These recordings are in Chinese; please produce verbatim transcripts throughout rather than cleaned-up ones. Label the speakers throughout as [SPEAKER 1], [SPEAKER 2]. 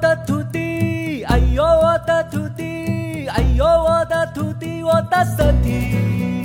[SPEAKER 1] 的土地，哎呦我的土地，哎呦我的土地，我的身体。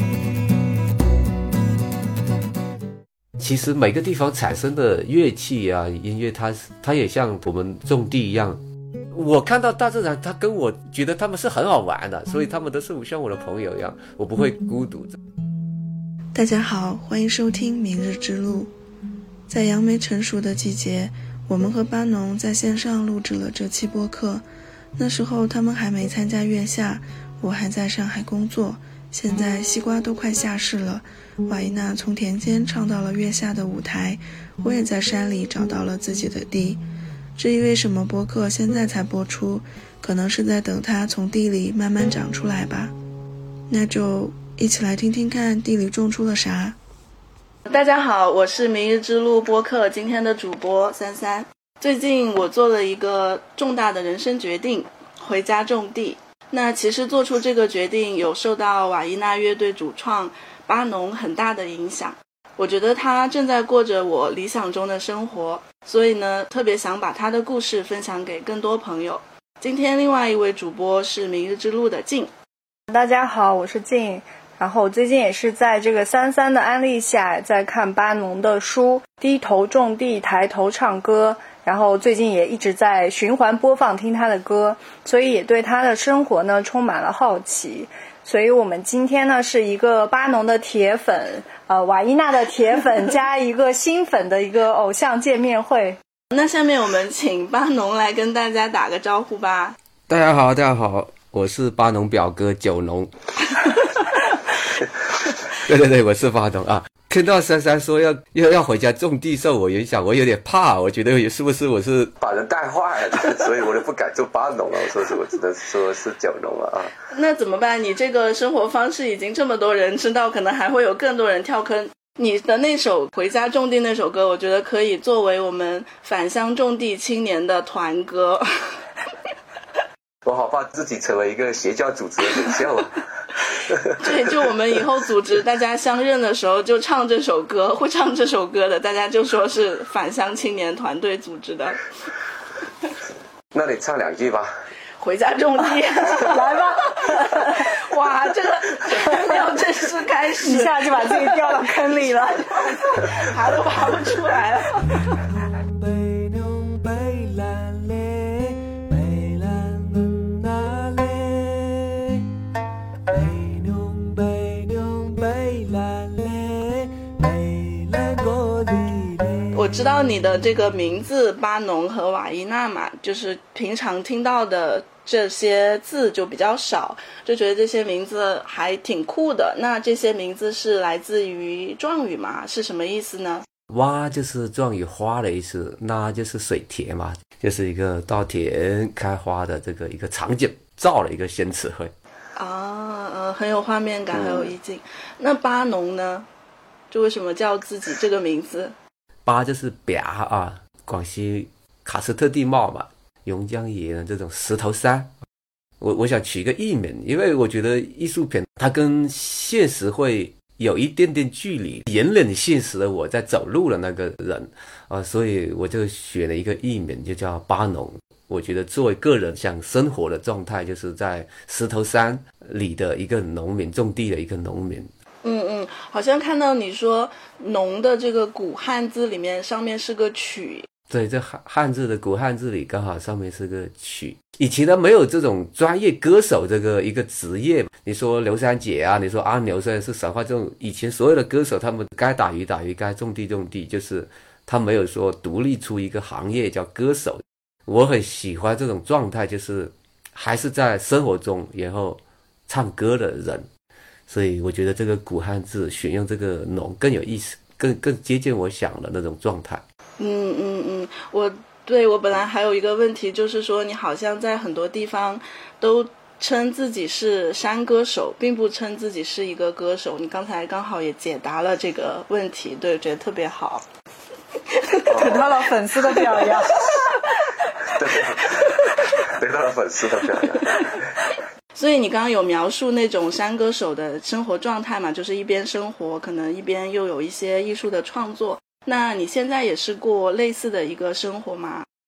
[SPEAKER 2] 其实每个地方产生的乐器啊音乐，它它也像我们种地一样，我看到大自然，它跟我觉得他们是很好玩的，所以他们都是像我的朋友一样，我不会孤独。
[SPEAKER 3] 大家好，欢迎收听明日之路。在杨梅成熟的季节，我们和巴农在线上录制了这期播客。那时候他们还没参加月下，我还在上海工作。现在西瓜都快下市了，瓦伊娜从田间唱到了月下的舞台，我也在山里找到了自己的地。至于为什么播客现在才播出，可能是在等它从地里慢慢长出来吧。那就一起来听听看地里种出了啥。大家好，我是明日之路播客今天的主播三三。最近我做了一个重大的人生决定，回家种地。那其实做出这个决定有受到瓦伊娜乐队主创巴农很大的影响，我觉得他正在过着我理想中的生活，所以呢特别想把他的故事分享给更多朋友。今天另外一位主播是明日之路的静。
[SPEAKER 4] 大家好，我是静。然后我最近也是在这个三三的安利下在看巴农的书，低头种地抬头唱歌，然后最近也一直在循环播放听他的歌，所以也对他的生活呢充满了好奇。所以我们今天呢是一个巴农的铁粉，呃，瓦伊娜的铁粉加一个新粉的一个偶像见面会。
[SPEAKER 3] 那下面我们请巴农来跟大家打个招呼吧。
[SPEAKER 2] 大家好，大家好，我是巴农表哥九农。对对对，我是巴农啊。听到珊珊说要要要回家种地受我影响，我有点怕，我觉得是不是我是
[SPEAKER 5] 把人带坏了，所以我就不敢做巴农了。我说是我只能说是九农了啊。
[SPEAKER 3] 那怎么办？你这个生活方式已经这么多人知道，可能还会有更多人跳坑。你的那首回家种地那首歌，我觉得可以作为我们返乡种地青年的团歌。
[SPEAKER 5] 我好怕自己成为一个邪教组织的领袖啊。
[SPEAKER 3] 对，就我们以后组织大家相认的时候就唱这首歌，会唱这首歌的大家就说是返乡青年团队组织的。
[SPEAKER 5] 那你唱两句吧。
[SPEAKER 3] 回家种地。
[SPEAKER 4] 来吧。
[SPEAKER 3] 哇，这个没有正式开始
[SPEAKER 4] 一下就把自己掉到坑里了。
[SPEAKER 3] 爬都爬不出来了。我知道你的这个名字巴农和瓦伊娜嘛，就是平常听到的这些字就比较少，就觉得这些名字还挺酷的。那这些名字是来自于壮语吗？是什么意思呢？
[SPEAKER 2] 蛙就是壮语花的意思，那就是水田嘛，就是一个稻田开花的这个一个场景造了一个新词汇
[SPEAKER 3] 啊，呃，很有画面感，很有意境。嗯、那巴农呢？就为什么叫自己这个名字？
[SPEAKER 2] 巴就是表啊，广西喀斯特地貌嘛，榕江野的这种石头山。我我想取一个艺名，因为我觉得艺术品它跟现实会有一点点距离，引领现实的我在走路的那个人啊，所以我就选了一个艺名，就叫巴农。我觉得作为个人想生活的状态，就是在石头山里的一个农民，种地的一个农民。
[SPEAKER 3] 嗯嗯，好像看到你说农的这个古汉字里面上面是个曲。
[SPEAKER 2] 对，这汉汉字的古汉字里刚好上面是个曲。以前呢没有这种专业歌手这个一个职业，你说刘三姐啊，你说阿牛，虽然是神话，这种以前所有的歌手他们该打鱼打鱼，该种地种地，就是他没有说独立出一个行业叫歌手。我很喜欢这种状态，就是还是在生活中然后唱歌的人。所以我觉得这个古汉字选用这个农更有意思，更更接近我想的那种状态。
[SPEAKER 3] 嗯嗯嗯，我对我本来还有一个问题，就是说你好像在很多地方都称自己是山歌手，并不称自己是一个歌手。你刚才刚好也解答了这个问题，对，我觉得特别好，
[SPEAKER 4] 得到了粉丝的表扬。
[SPEAKER 5] 得到了粉丝的表扬。
[SPEAKER 3] 所以你刚刚有描述那种山歌手的生活状态嘛，就是一边生活可能一边又有一些艺术的创作。那你现在也是过类似的一个生活吗？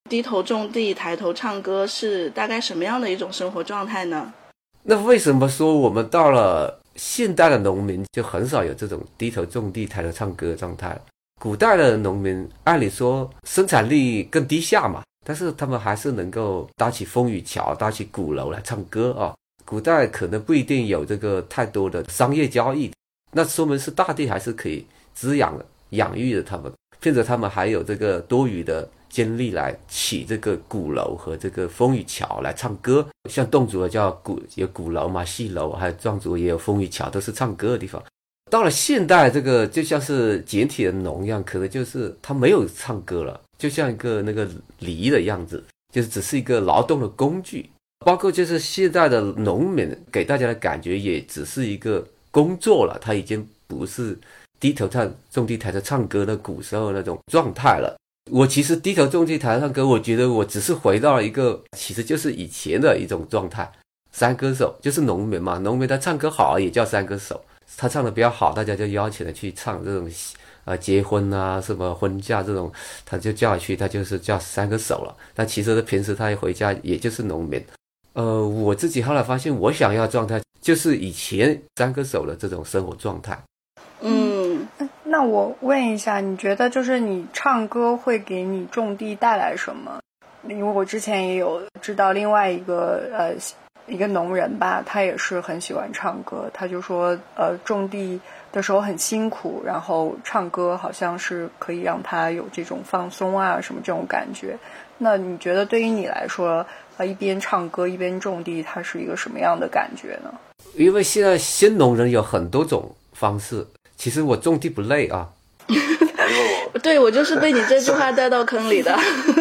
[SPEAKER 3] 低头种地抬头唱歌是大概什么样的一种生活状态呢？
[SPEAKER 2] 那为什么说我们到了现代的农民就很少有这种低头种地抬头唱歌的状态了？古代的农民按理说生产力更低下嘛，但是他们还是能够搭起风雨桥，搭起鼓楼来唱歌啊。古代可能不一定有这个太多的商业交易，那说明是大地还是可以滋养养育的他们，并且他们还有这个多余的精力来起这个鼓楼和这个风雨桥来唱歌。像侗族的叫鼓，有鼓楼嘛，戏楼，还有壮族也有风雨桥，都是唱歌的地方。到了现代，这个就像是简体的农一样，可能就是他没有唱歌了，就像一个那个犁的样子，就是只是一个劳动的工具。包括就是现在的农民给大家的感觉也只是一个工作了，他已经不是低头唱种地抬头唱歌的古时候那种状态了。我其实低头种地抬头唱歌，我觉得我只是回到了一个其实就是以前的一种状态。山歌手就是农民嘛，农民他唱歌好也叫山歌手，他唱的比较好，大家就邀请他去唱这种呃结婚啊什么婚嫁这种，他就叫去，他就是叫山歌手了。但其实他平时他一回家也就是农民。呃，我自己后来发现，我想要的状态就是以前山歌手的这种生活状态。
[SPEAKER 4] 嗯，那我问一下，你觉得就是你唱歌会给你种地带来什么？因为我之前也有知道另外一个呃一个农人吧，他也是很喜欢唱歌，他就说呃种地的时候很辛苦，然后唱歌好像是可以让他有这种放松啊什么这种感觉。那你觉得对于你来说，呃一边唱歌一边种地，它是一个什么样的感觉呢？
[SPEAKER 2] 因为现在新农人有很多种方式，其实我种地不累啊。
[SPEAKER 3] 对，我就是被你这句话带到坑里的。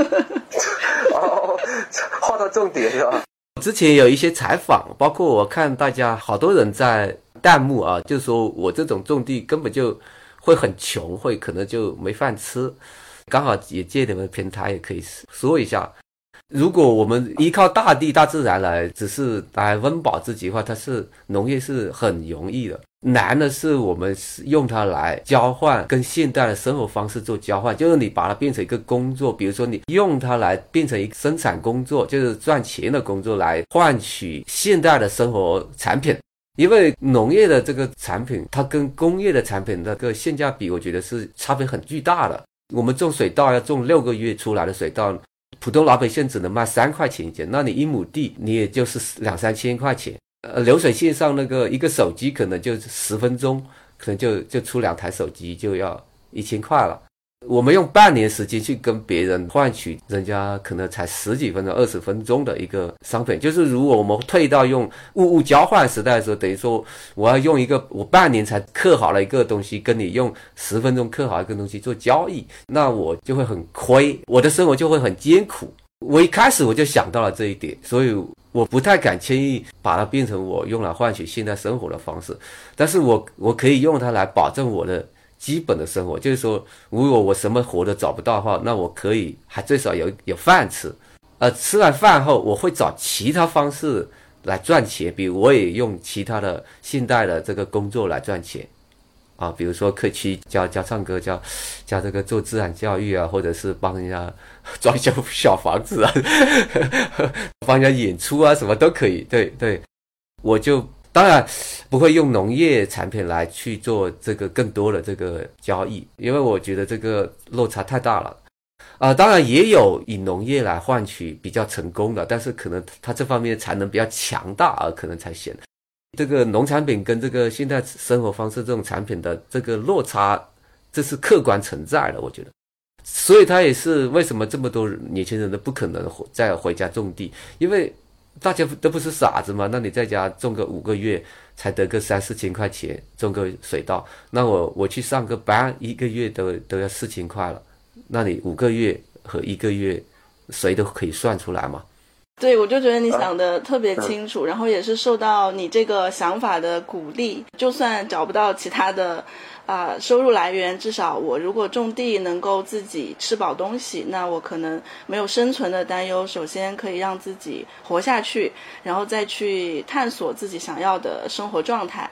[SPEAKER 5] 哦，画到重点了。
[SPEAKER 2] 之前有一些采访，包括我看大家好多人在弹幕啊，就说我这种种地根本就会很穷，会可能就没饭吃。刚好也借你们平台也可以说一下，如果我们依靠大地大自然来只是来温饱自己的话，它是农业是很容易的。难的是我们用它来交换，跟现代的生活方式做交换，就是你把它变成一个工作，比如说你用它来变成一个生产工作，就是赚钱的工作来换取现代的生活产品。因为农业的这个产品它跟工业的产品的个性价比，我觉得是差别很巨大的。我们种水稻要种六个月出来的水稻，普通老百姓只能卖三块钱一斤，那你一亩地你也就是两三千块钱。呃，流水线上那个一个手机可能就十分钟，可能就就出两台手机就要一千块了。我们用半年时间去跟别人换取人家可能才十几分钟、二十分钟的一个商品，就是如果我们退到用物物交换时代的时候，等于说我要用一个我半年才刻好了一个东西，跟你用十分钟刻好一个东西做交易，那我就会很亏，我的生活就会很艰苦。我一开始我就想到了这一点，所以我不太敢轻易把它变成我用来换取现代生活的方式，但是我我可以用它来保证我的基本的生活，就是说如果我什么活都找不到的话，那我可以还最少有有饭吃。呃，吃完饭后我会找其他方式来赚钱，比如我也用其他的现代的这个工作来赚钱啊，比如说可以去教教唱歌，教教这个做自然教育啊，或者是帮人家装修小房子啊，帮人家演出啊，什么都可以。对对，我就当然不会用农业产品来去做这个更多的这个交易，因为我觉得这个落差太大了。啊、呃，当然也有以农业来换取比较成功的，但是可能它这方面才能比较强大而可能才行。这个农产品跟这个现代生活方式这种产品的这个落差，这是客观存在的，我觉得。所以它也是为什么这么多年轻人都不可能再回家种地，因为大家都不是傻子嘛。那你在家种个五个月才得个三四千块钱，种个水稻，那我我去上个班一个月都都要四千块了，那你五个月和一个月谁都可以算出来嘛。
[SPEAKER 3] 对，我就觉得你想的特别清楚，然后也是受到你这个想法的鼓励。就算找不到其他的啊、呃、收入来源，至少我如果种地能够自己吃饱东西，那我可能没有生存的担忧，首先可以让自己活下去，然后再去探索自己想要的生活状态。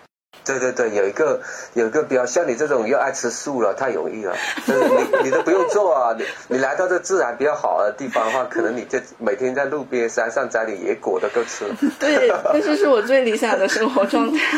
[SPEAKER 5] 对对对，有一个有一个标，像你这种又爱吃素了，太容易了。就是你你都不用做啊，你你来到这自然比较好的地方的话，可能你就每天在路边山上摘点野果都够吃了。
[SPEAKER 3] 对，这就是我最理想的生活状态。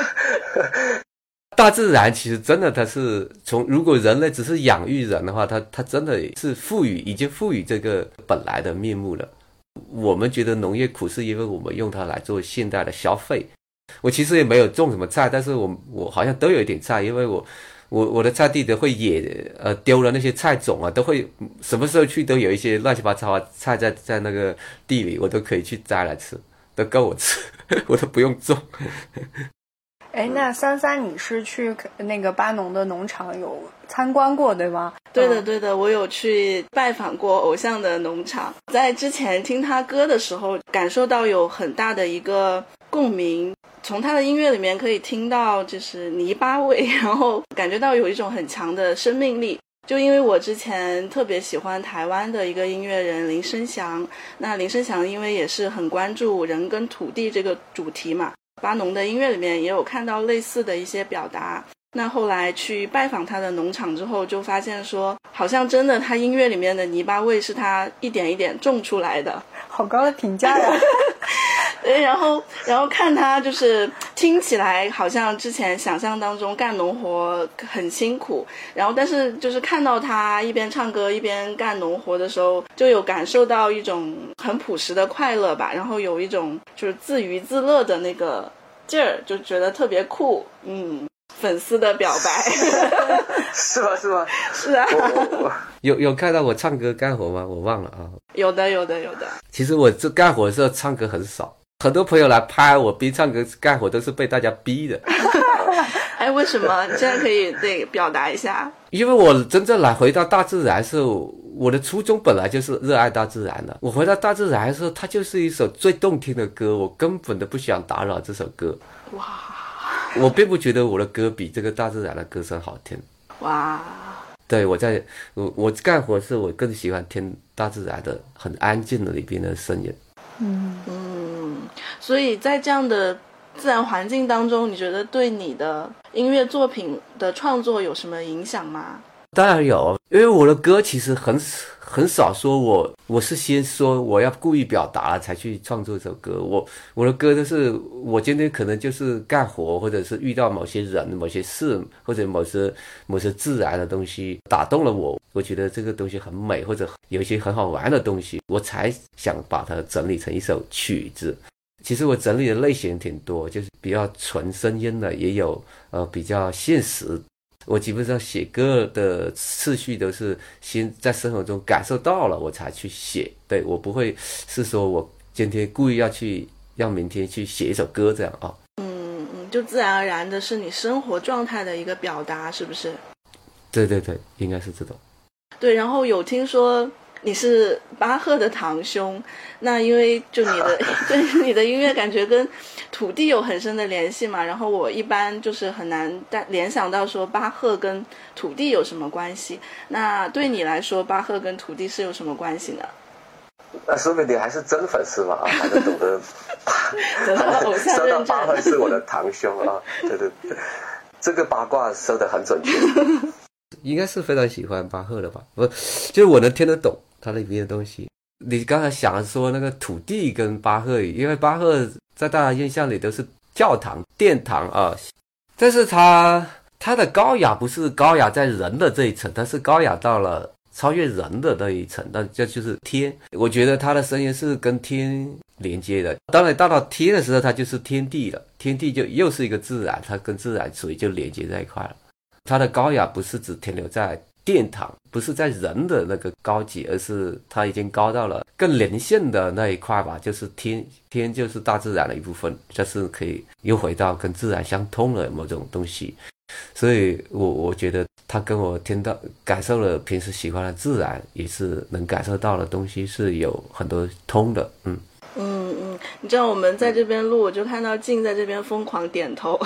[SPEAKER 2] 大自然其实真的，它是从如果人类只是养育人的话，它它真的是赋予已经赋予这个本来的面目了。我们觉得农业苦，是因为我们用它来做现代的消费。我其实也没有种什么菜，但是我我好像都有一点菜，因为我我我的菜地都会也呃丢了那些菜种啊，都会什么时候去都有一些乱七八糟的菜在在那个地里，我都可以去摘来吃，都够我吃，我都不用种。
[SPEAKER 4] 哎，那三三你是去那个巴农的农场有参观过对吗？
[SPEAKER 3] 对的对的，我有去拜访过偶像的农场，在之前听他歌的时候感受到有很大的一个共鸣，从他的音乐里面可以听到就是泥巴味，然后感觉到有一种很强的生命力。就因为我之前特别喜欢台湾的一个音乐人林生祥，那林生祥因为也是很关注人跟土地这个主题嘛，巴农的音乐里面也有看到类似的一些表达。那后来去拜访他的农场之后，就发现说好像真的他音乐里面的泥巴味是他一点一点种出来的。
[SPEAKER 4] 好高的评价呀。
[SPEAKER 3] 对，然后然后看他就是听起来好像之前想象当中干农活很辛苦，然后但是就是看到他一边唱歌一边干农活的时候，就有感受到一种很朴实的快乐吧，然后有一种就是自娱自乐的那个劲儿，就觉得特别酷。嗯，粉丝的表白。
[SPEAKER 5] 是吗是吗？
[SPEAKER 3] 是啊。
[SPEAKER 5] 我我
[SPEAKER 2] 有有看到我唱歌干活吗？我忘了啊。
[SPEAKER 3] 有的有的有的。
[SPEAKER 2] 其实我这干活的时候唱歌很少，很多朋友来拍我逼唱歌干活都是被大家逼的。
[SPEAKER 3] 哎，为什么？你现在可以对表达一下。
[SPEAKER 2] 因为我真正来回到大自然的时候，我的初衷本来就是热爱大自然的。我回到大自然的时候，它就是一首最动听的歌，我根本都不想打扰这首歌。
[SPEAKER 3] 哇！
[SPEAKER 2] 我并不觉得我的歌比这个大自然的歌声好听。
[SPEAKER 3] 哇！
[SPEAKER 2] 对，我在我我干活是我更喜欢听大自然的很安静的里边的声音。
[SPEAKER 3] 嗯嗯，所以在这样的自然环境当中，你觉得对你的音乐作品的创作有什么影响吗？
[SPEAKER 2] 当然有，因为我的歌其实很很少说我我是先说我要故意表达了才去创作这首歌。我我的歌都是我今天可能就是干活，或者是遇到某些人、某些事，或者某些某些自然的东西打动了我，我觉得这个东西很美，或者有一些很好玩的东西，我才想把它整理成一首曲子。其实我整理的类型挺多，就是比较纯声音的，也有呃比较现实。我基本上写歌的次序都是先在生活中感受到了我才去写，对，我不会是说我今天故意要去让明天去写一首歌这样啊。
[SPEAKER 3] 嗯嗯，就自然而然的是你生活状态的一个表达，是不是？
[SPEAKER 2] 对对对，应该是这种。
[SPEAKER 3] 对，然后有听说你是巴赫的堂兄，那因为就你的对你的音乐感觉跟土地有很深的联系嘛，然后我一般就是很难联想到说巴赫跟土地有什么关系。那对你来说，巴赫跟土地是有什么关系呢？
[SPEAKER 5] 那说明你还是真粉丝嘛，还能懂得
[SPEAKER 3] 得到偶像认证。
[SPEAKER 5] 说到巴赫是我的堂兄啊，对对对，这个八卦说得很准确。
[SPEAKER 2] 应该是非常喜欢巴赫的吧？不，就是我能听得懂他里面的东西。你刚才想说那个土地跟巴赫，因为巴赫在大家印象里都是教堂、殿堂啊，但是他他的高雅不是高雅在人的这一层，他是高雅到了超越人的那一层，那这就是天。我觉得他的声音是跟天连接的。当然到了天的时候，它就是天地了，天地就又是一个自然，它跟自然所以就连接在一块了。它的高雅不是只停留在殿堂，不是在人的那个高级，而是它已经高到了更灵性的那一块吧，就是天，天就是大自然的一部分，就是可以又回到跟自然相通的某种东西。所以我我觉得他跟我听到感受了平时喜欢的自然，也是能感受到的东西是有很多通的。嗯
[SPEAKER 3] 嗯嗯，你知道我们在这边录，我就看到静在这边疯狂点头。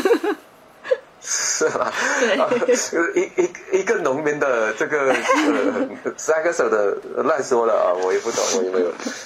[SPEAKER 5] 是吗？
[SPEAKER 3] 对，
[SPEAKER 5] 啊、一一一个农民的这个呃三个手的乱说了啊，我也不懂，我也没有。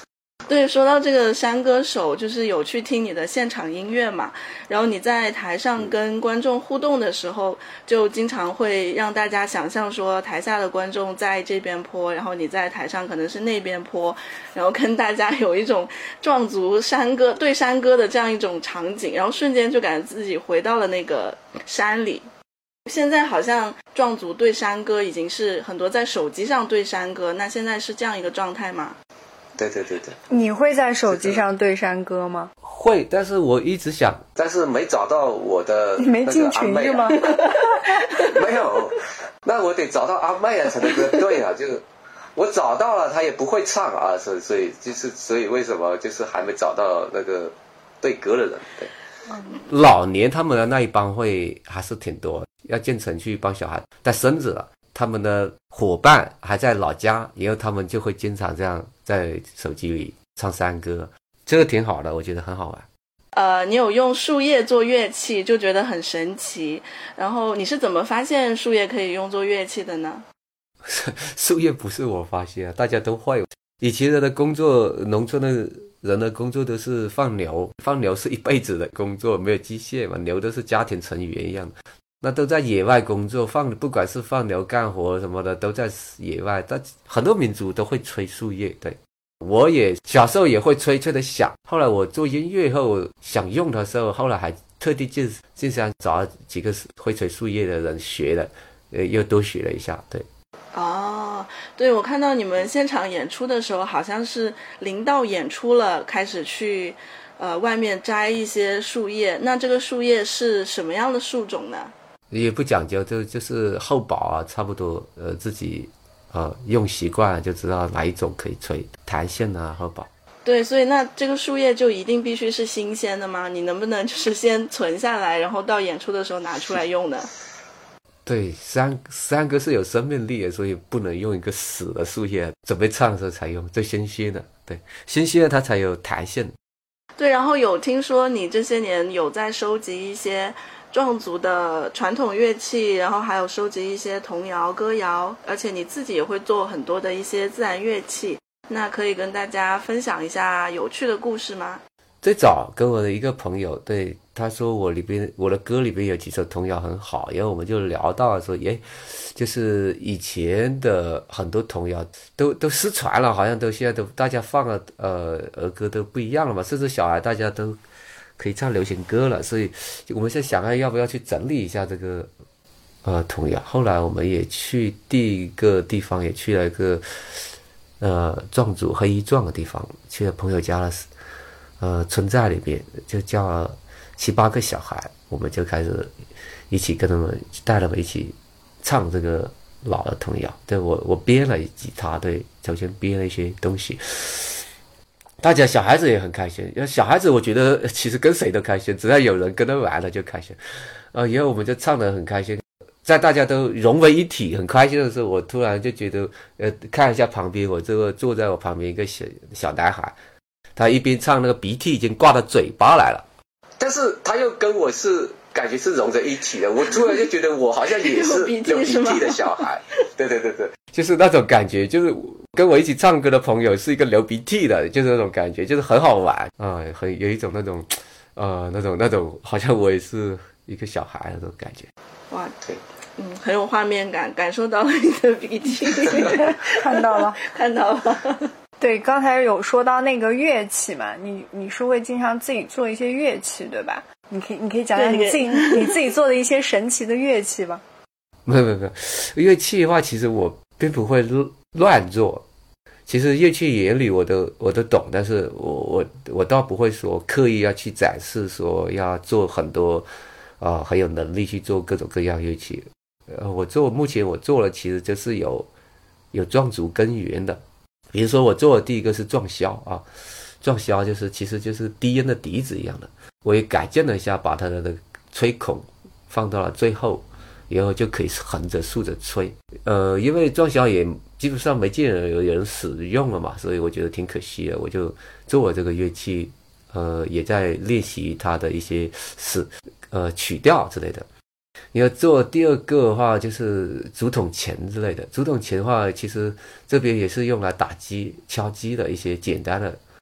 [SPEAKER 3] 对，说到这个山歌手，就是有去听你的现场音乐嘛，然后你在台上跟观众互动的时候，就经常会让大家想象说台下的观众在这边坡，然后你在台上可能是那边坡，然后跟大家有一种壮族山歌对山歌的这样一种场景，然后瞬间就感觉自己回到了那个山里。现在好像壮族对山歌已经是很多在手机上对山歌，那现在是这样一个状态吗？
[SPEAKER 5] 对对对对。
[SPEAKER 4] 你会在手机上对山歌吗？
[SPEAKER 2] 会，但是我一直想，
[SPEAKER 5] 但是没找到我的
[SPEAKER 4] 你没进群是吗？
[SPEAKER 5] 没有，那我得找到阿妹啊才能跟对啊，就是我找到了，他也不会唱啊，所以所以就是所以为什么就是还没找到那个对歌的人？对，
[SPEAKER 2] 老年他们的那一帮会还是挺多，要进城去帮小孩带孙子了。他们的伙伴还在老家，然后他们就会经常这样在手机里唱山歌，这个挺好的，我觉得很好玩。
[SPEAKER 3] 呃，你有用树叶做乐器，就觉得很神奇。然后你是怎么发现树叶可以用作乐器的呢？
[SPEAKER 2] 树叶不是我发现，大家都会。以前人的工作，农村的人的工作都是放牛，放牛是一辈子的工作，没有机械嘛，牛都是家庭成员一样的。那都在野外工作，放不管是放牛干活什么的，都在野外。但很多民族都会吹树叶，对，我也小时候也会吹，吹得响。后来我做音乐后想用的时候，后来还特地进进山找几个会吹树叶的人学的，呃，又多学了一下，对。
[SPEAKER 3] 哦，对，我看到你们现场演出的时候，好像是临到演出了，开始去呃外面摘一些树叶。那这个树叶是什么样的树种呢？
[SPEAKER 2] 也不讲究，就就是厚薄啊，差不多，呃，自己呃用习惯了就知道哪一种可以吹，弹性啊，厚薄。
[SPEAKER 3] 对，所以那这个树叶就一定必须是新鲜的吗？你能不能就是先存下来，然后到演出的时候拿出来用呢？
[SPEAKER 2] 对，山山歌是有生命力的，所以不能用一个死的树叶，准备唱的时候才用，最新鲜的。对，新鲜的它才有弹性。
[SPEAKER 3] 对，然后有听说你这些年有在收集一些壮族的传统乐器，然后还有收集一些童谣歌谣，而且你自己也会做很多的一些自然乐器，那可以跟大家分享一下有趣的故事吗？
[SPEAKER 2] 最早跟我的一个朋友，对，他说我里边我的歌里边有几首童谣很好，然后我们就聊到说，诶，就是以前的很多童谣都都失传了，好像都现在都大家放了呃儿歌都不一样了嘛，甚至小孩大家都可以唱流行歌了，所以我们在想啊，要不要去整理一下这个呃童谣。后来我们也去第一个地方，也去了一个呃壮族黑衣壮的地方，去了朋友家的呃村寨里面，就叫了七八个小孩，我们就开始一起跟他们带他们一起唱这个老的童谣。对，我我编了吉他，对，首先编了一些东西。大家小孩子也很开心，小孩子我觉得其实跟谁都开心，只要有人跟他玩了就开心。呃，然后我们就唱得很开心，在大家都融为一体很开心的时候，我突然就觉得，呃，看一下旁边，我这个坐在我旁边一个小小男孩，他一边唱，那个鼻涕已经挂到嘴巴来了，
[SPEAKER 5] 但是他又跟我是感觉是融在一起的，我突然就觉得我好像也是流鼻涕的小孩，对对对对，
[SPEAKER 2] 就是那种感觉，就是跟我一起唱歌的朋友是一个流鼻涕的，就是那种感觉，就是很好玩啊、呃，很有一种那种，呃，那种那种好像我也是一个小孩那种感觉。
[SPEAKER 3] 哇，对，嗯，很有画面感，感受到了你的鼻涕，
[SPEAKER 4] 看到了，
[SPEAKER 3] 看到了。
[SPEAKER 4] 对，刚才有说到那个乐器嘛，你你是会经常自己做一些乐器，对吧？你可以你可以讲讲你自己你自己做的一些神奇的乐器吧。
[SPEAKER 2] 没有没有没有，乐器的话，其实我并不会乱做。其实乐器原理我都我都懂，但是我我我倒不会说刻意要去展示，说要做很多啊、呃、很有能力去做各种各样乐器。呃，我做目前我做了，其实就是有有壮族根源的。比如说我做的第一个是壮箫啊，壮箫就是其实就是低音的笛子一样的，我也改进了一下，把它的吹孔放到了最后，然后就可以横着竖着吹。呃，因为壮箫也基本上没见有人使用了嘛，所以我觉得挺可惜的，我就做了这个乐器，呃，也在练习它的一些使呃曲调之类的。你要做第二个的话，就是竹筒琴之类的。竹筒琴的话，其实这边也是用来打击、敲击的一些简单的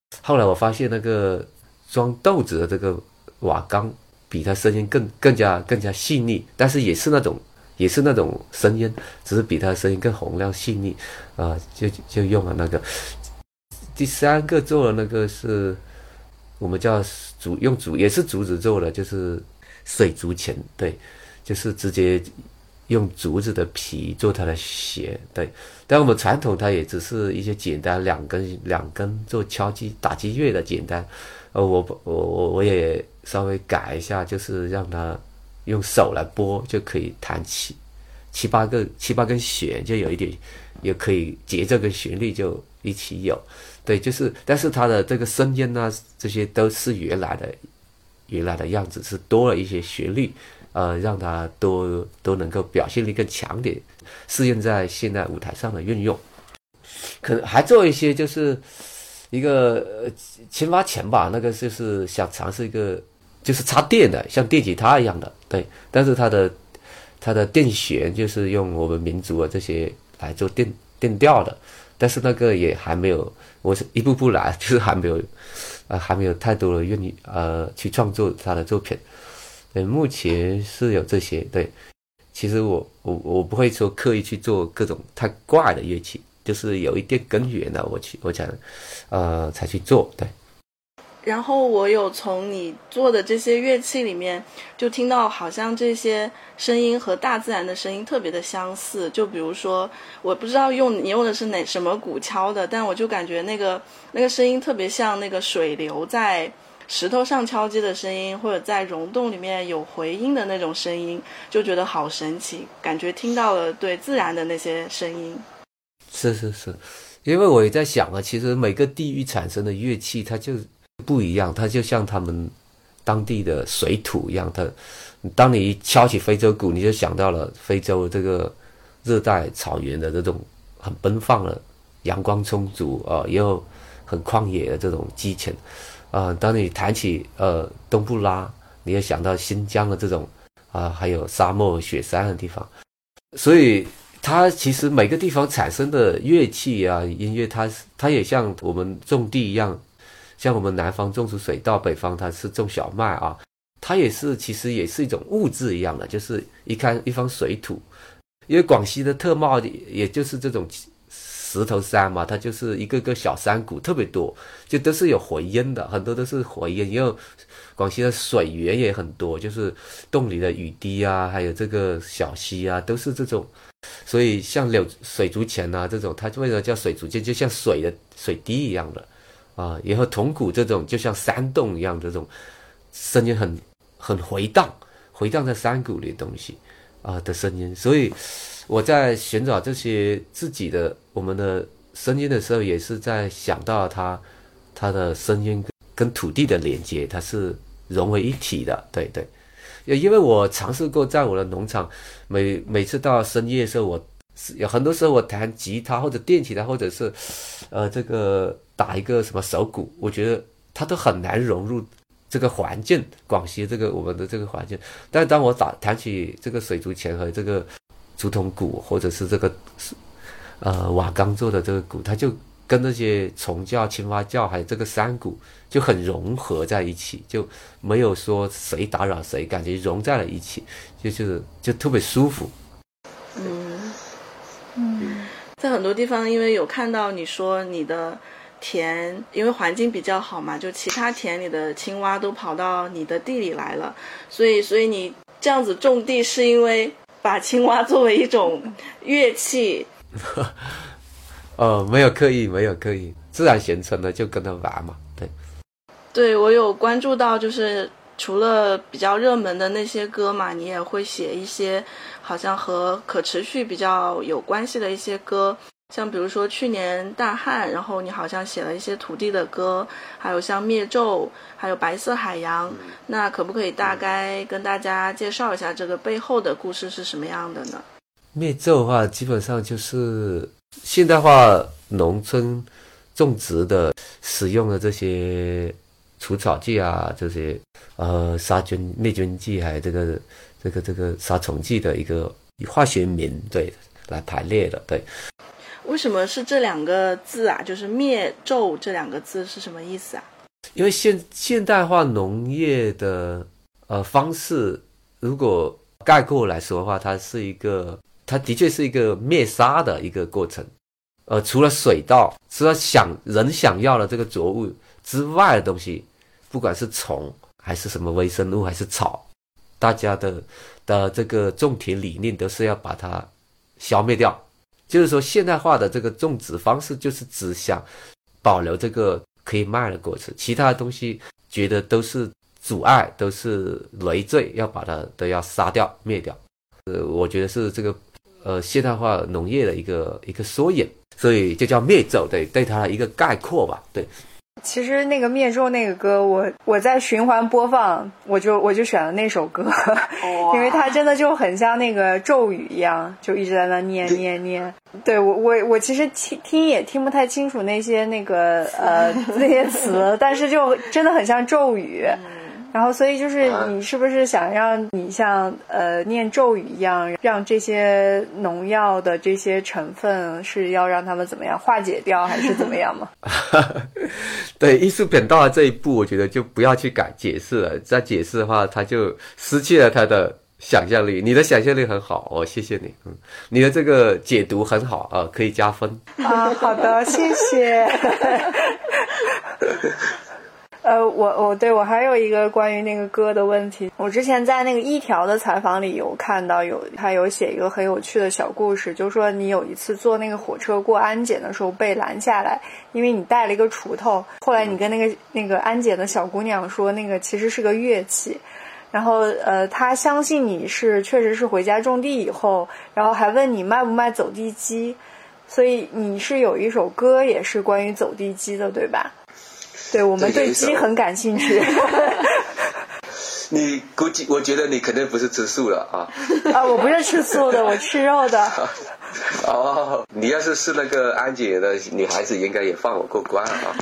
[SPEAKER 2] 后来我发现那个装豆子的这个瓦缸比它声音更更加更加细腻，但是也是那种也是那种声音，只是比它的声音更洪亮细腻啊、呃，就就用了那个。第三个做的那个是我们叫竹，用竹也是竹子做的，就是水竹钱，对，就是直接用竹子的皮做它的鞋，对。但我们传统它也只是一些简单两根两根做敲击打击乐的简单，呃，我我我我也稍微改一下，就是让它用手来拨就可以弹起七八个七八根弦，就有一点也可以节奏跟旋律就一起有，对，就是但是它的这个声音啊，这些都是原来的原来的样子，是多了一些旋律。呃，让它都都能够表现力更强点，适应在现在舞台上的运用。可能还做一些就是一个呃青蛙钳吧，那个就是想尝试一个就是插电的，像电吉他一样的，对。但是它的它的电弦就是用我们民族的这些来做电电调的，但是那个也还没有，我是一步步来，就是还没有呃还没有太多的愿意呃去创作他的作品。对，目前是有这些。对，其实我我我不会说刻意去做各种太怪的乐器，就是有一点根源的，我去我才呃才去做。对。
[SPEAKER 3] 然后我有从你做的这些乐器里面，就听到好像这些声音和大自然的声音特别的相似。就比如说，我不知道用你用的是哪什么鼓敲的，但我就感觉那个那个声音特别像那个水流在石头上敲击的声音，或者在溶洞里面有回音的那种声音，就觉得好神奇，感觉听到了对自然的那些声音。
[SPEAKER 2] 是是是，因为我也在想啊，其实每个地域产生的乐器它就不一样，它就像他们当地的水土一样，它当你敲起非洲鼓，你就想到了非洲这个热带草原的这种很奔放的阳光充足啊、呃，又很旷野的这种激情。啊、呃，当你谈起呃东布拉，你也想到新疆的这种啊、呃，还有沙漠雪山的地方，所以它其实每个地方产生的乐器啊、音乐它，它它也像我们种地一样，像我们南方种植水稻，北方它是种小麦啊，它也是其实也是一种物质一样的，就是一看一方水土，因为广西的特貌也就是这种石头山嘛，它就是一个个小山谷特别多，就都是有回音的，很多都是回音。因为广西的水源也很多，就是洞里的雨滴啊，还有这个小溪啊，都是这种。所以像柳水竹钱啊这种，它为什么叫水竹钱，就像水的水滴一样的啊。然后铜鼓这种就像山洞一样的这种声音很很回荡，回荡在山谷里的东西啊的声音。所以我在寻找这些自己的我们的声音的时候，也是在想到它它的声音跟土地的连接，它是融为一体的。对对，因为我尝试过在我的农场，每每次到深夜的时候，我有很多时候我弹吉他或者电吉他，或者是呃这个打一个什么手鼓，我觉得它都很难融入这个环境，广西这个我们的这个环境。但是当我打弹起这个水竹钱和这个竹筒鼓，或者是这个呃瓦缸做的这个鼓，它就跟那些虫叫、青蛙叫还有这个山鼓就很融合在一起，就没有说谁打扰谁，感觉融在了一起，就是就特别舒服。
[SPEAKER 3] 嗯嗯，在很多地方，因为有看到你说你的田，因为环境比较好嘛，就其他田里的青蛙都跑到你的地里来了，所以所以你这样子种地是因为把青蛙作为一种乐器。
[SPEAKER 2] 呃，没有刻意，没有刻意，自然形成的，就跟他玩嘛。对，
[SPEAKER 3] 对，我有关注到，就是除了比较热门的那些歌嘛，你也会写一些好像和可持续比较有关系的一些歌，像比如说去年大旱，然后你好像写了一些土地的歌，还有像灭纣，还有白色海洋。那可不可以大概跟大家介绍一下这个背后的故事是什么样的呢？
[SPEAKER 2] 灭纣的话，基本上就是现代化农村种植的使用的这些除草剂啊，这些呃杀菌灭菌剂，还有这个这个这个杀虫剂的一个化学名，对，来排列的。对，
[SPEAKER 3] 为什么是这两个字啊？就是灭纣这两个字是什么意思啊？
[SPEAKER 2] 因为现现代化农业的呃方式，如果概括来说的话，它是一个，它的确是一个灭杀的一个过程。呃，除了水稻，除了想人想要的这个作物之外的东西，不管是虫还是什么微生物还是草，大家的的这个种田理念都是要把它消灭掉。就是说，现代化的这个种植方式，就是只想保留这个可以卖的果实，其他的东西觉得都是阻碍，都是累赘，要把它都要杀掉灭掉。呃，我觉得是这个呃现代化农业的一个一个缩影，所以就叫灭纣，对对它的一个概括吧，对。
[SPEAKER 4] 其实那个灭纣那个歌，我我在循环播放，我就我就选了那首歌，因为它真的就很像那个咒语一样，就一直在那念念念。对，我我我其实听听也听不太清楚那些那个呃那些词，但是就真的很像咒语。然后所以就是你是不是想让你像呃念咒语一样，让这些农药的这些成分是要让他们怎么样化解掉，还是怎么样吗？
[SPEAKER 2] 对，艺术品到了这一步，我觉得就不要去改解释了，再解释的话它就失去了它的想象力。你的想象力很好，我、哦、谢谢你，嗯，你的这个解读很好啊、呃，可以加分
[SPEAKER 4] 啊。好的，谢谢。呃，我我对我还有一个关于那个歌的问题。我之前在那个一条的采访里有看到有他有写一个很有趣的小故事，就是说你有一次坐那个火车过安检的时候被拦下来，因为你带了一个锄头，后来你跟那个那个安检的小姑娘说那个其实是个乐器，然后呃她相信你是确实是回家种地以后，然后还问你卖不卖走地鸡，所以你是有一首歌也是关于走地鸡的，对吧？对，我们对鸡很感兴趣。
[SPEAKER 5] 你估计，我觉得你肯定不是吃素了啊！
[SPEAKER 4] 啊，我不是吃素的，我吃肉的。
[SPEAKER 5] 哦，你要是是那个安检的女孩子，应该也放我过关啊！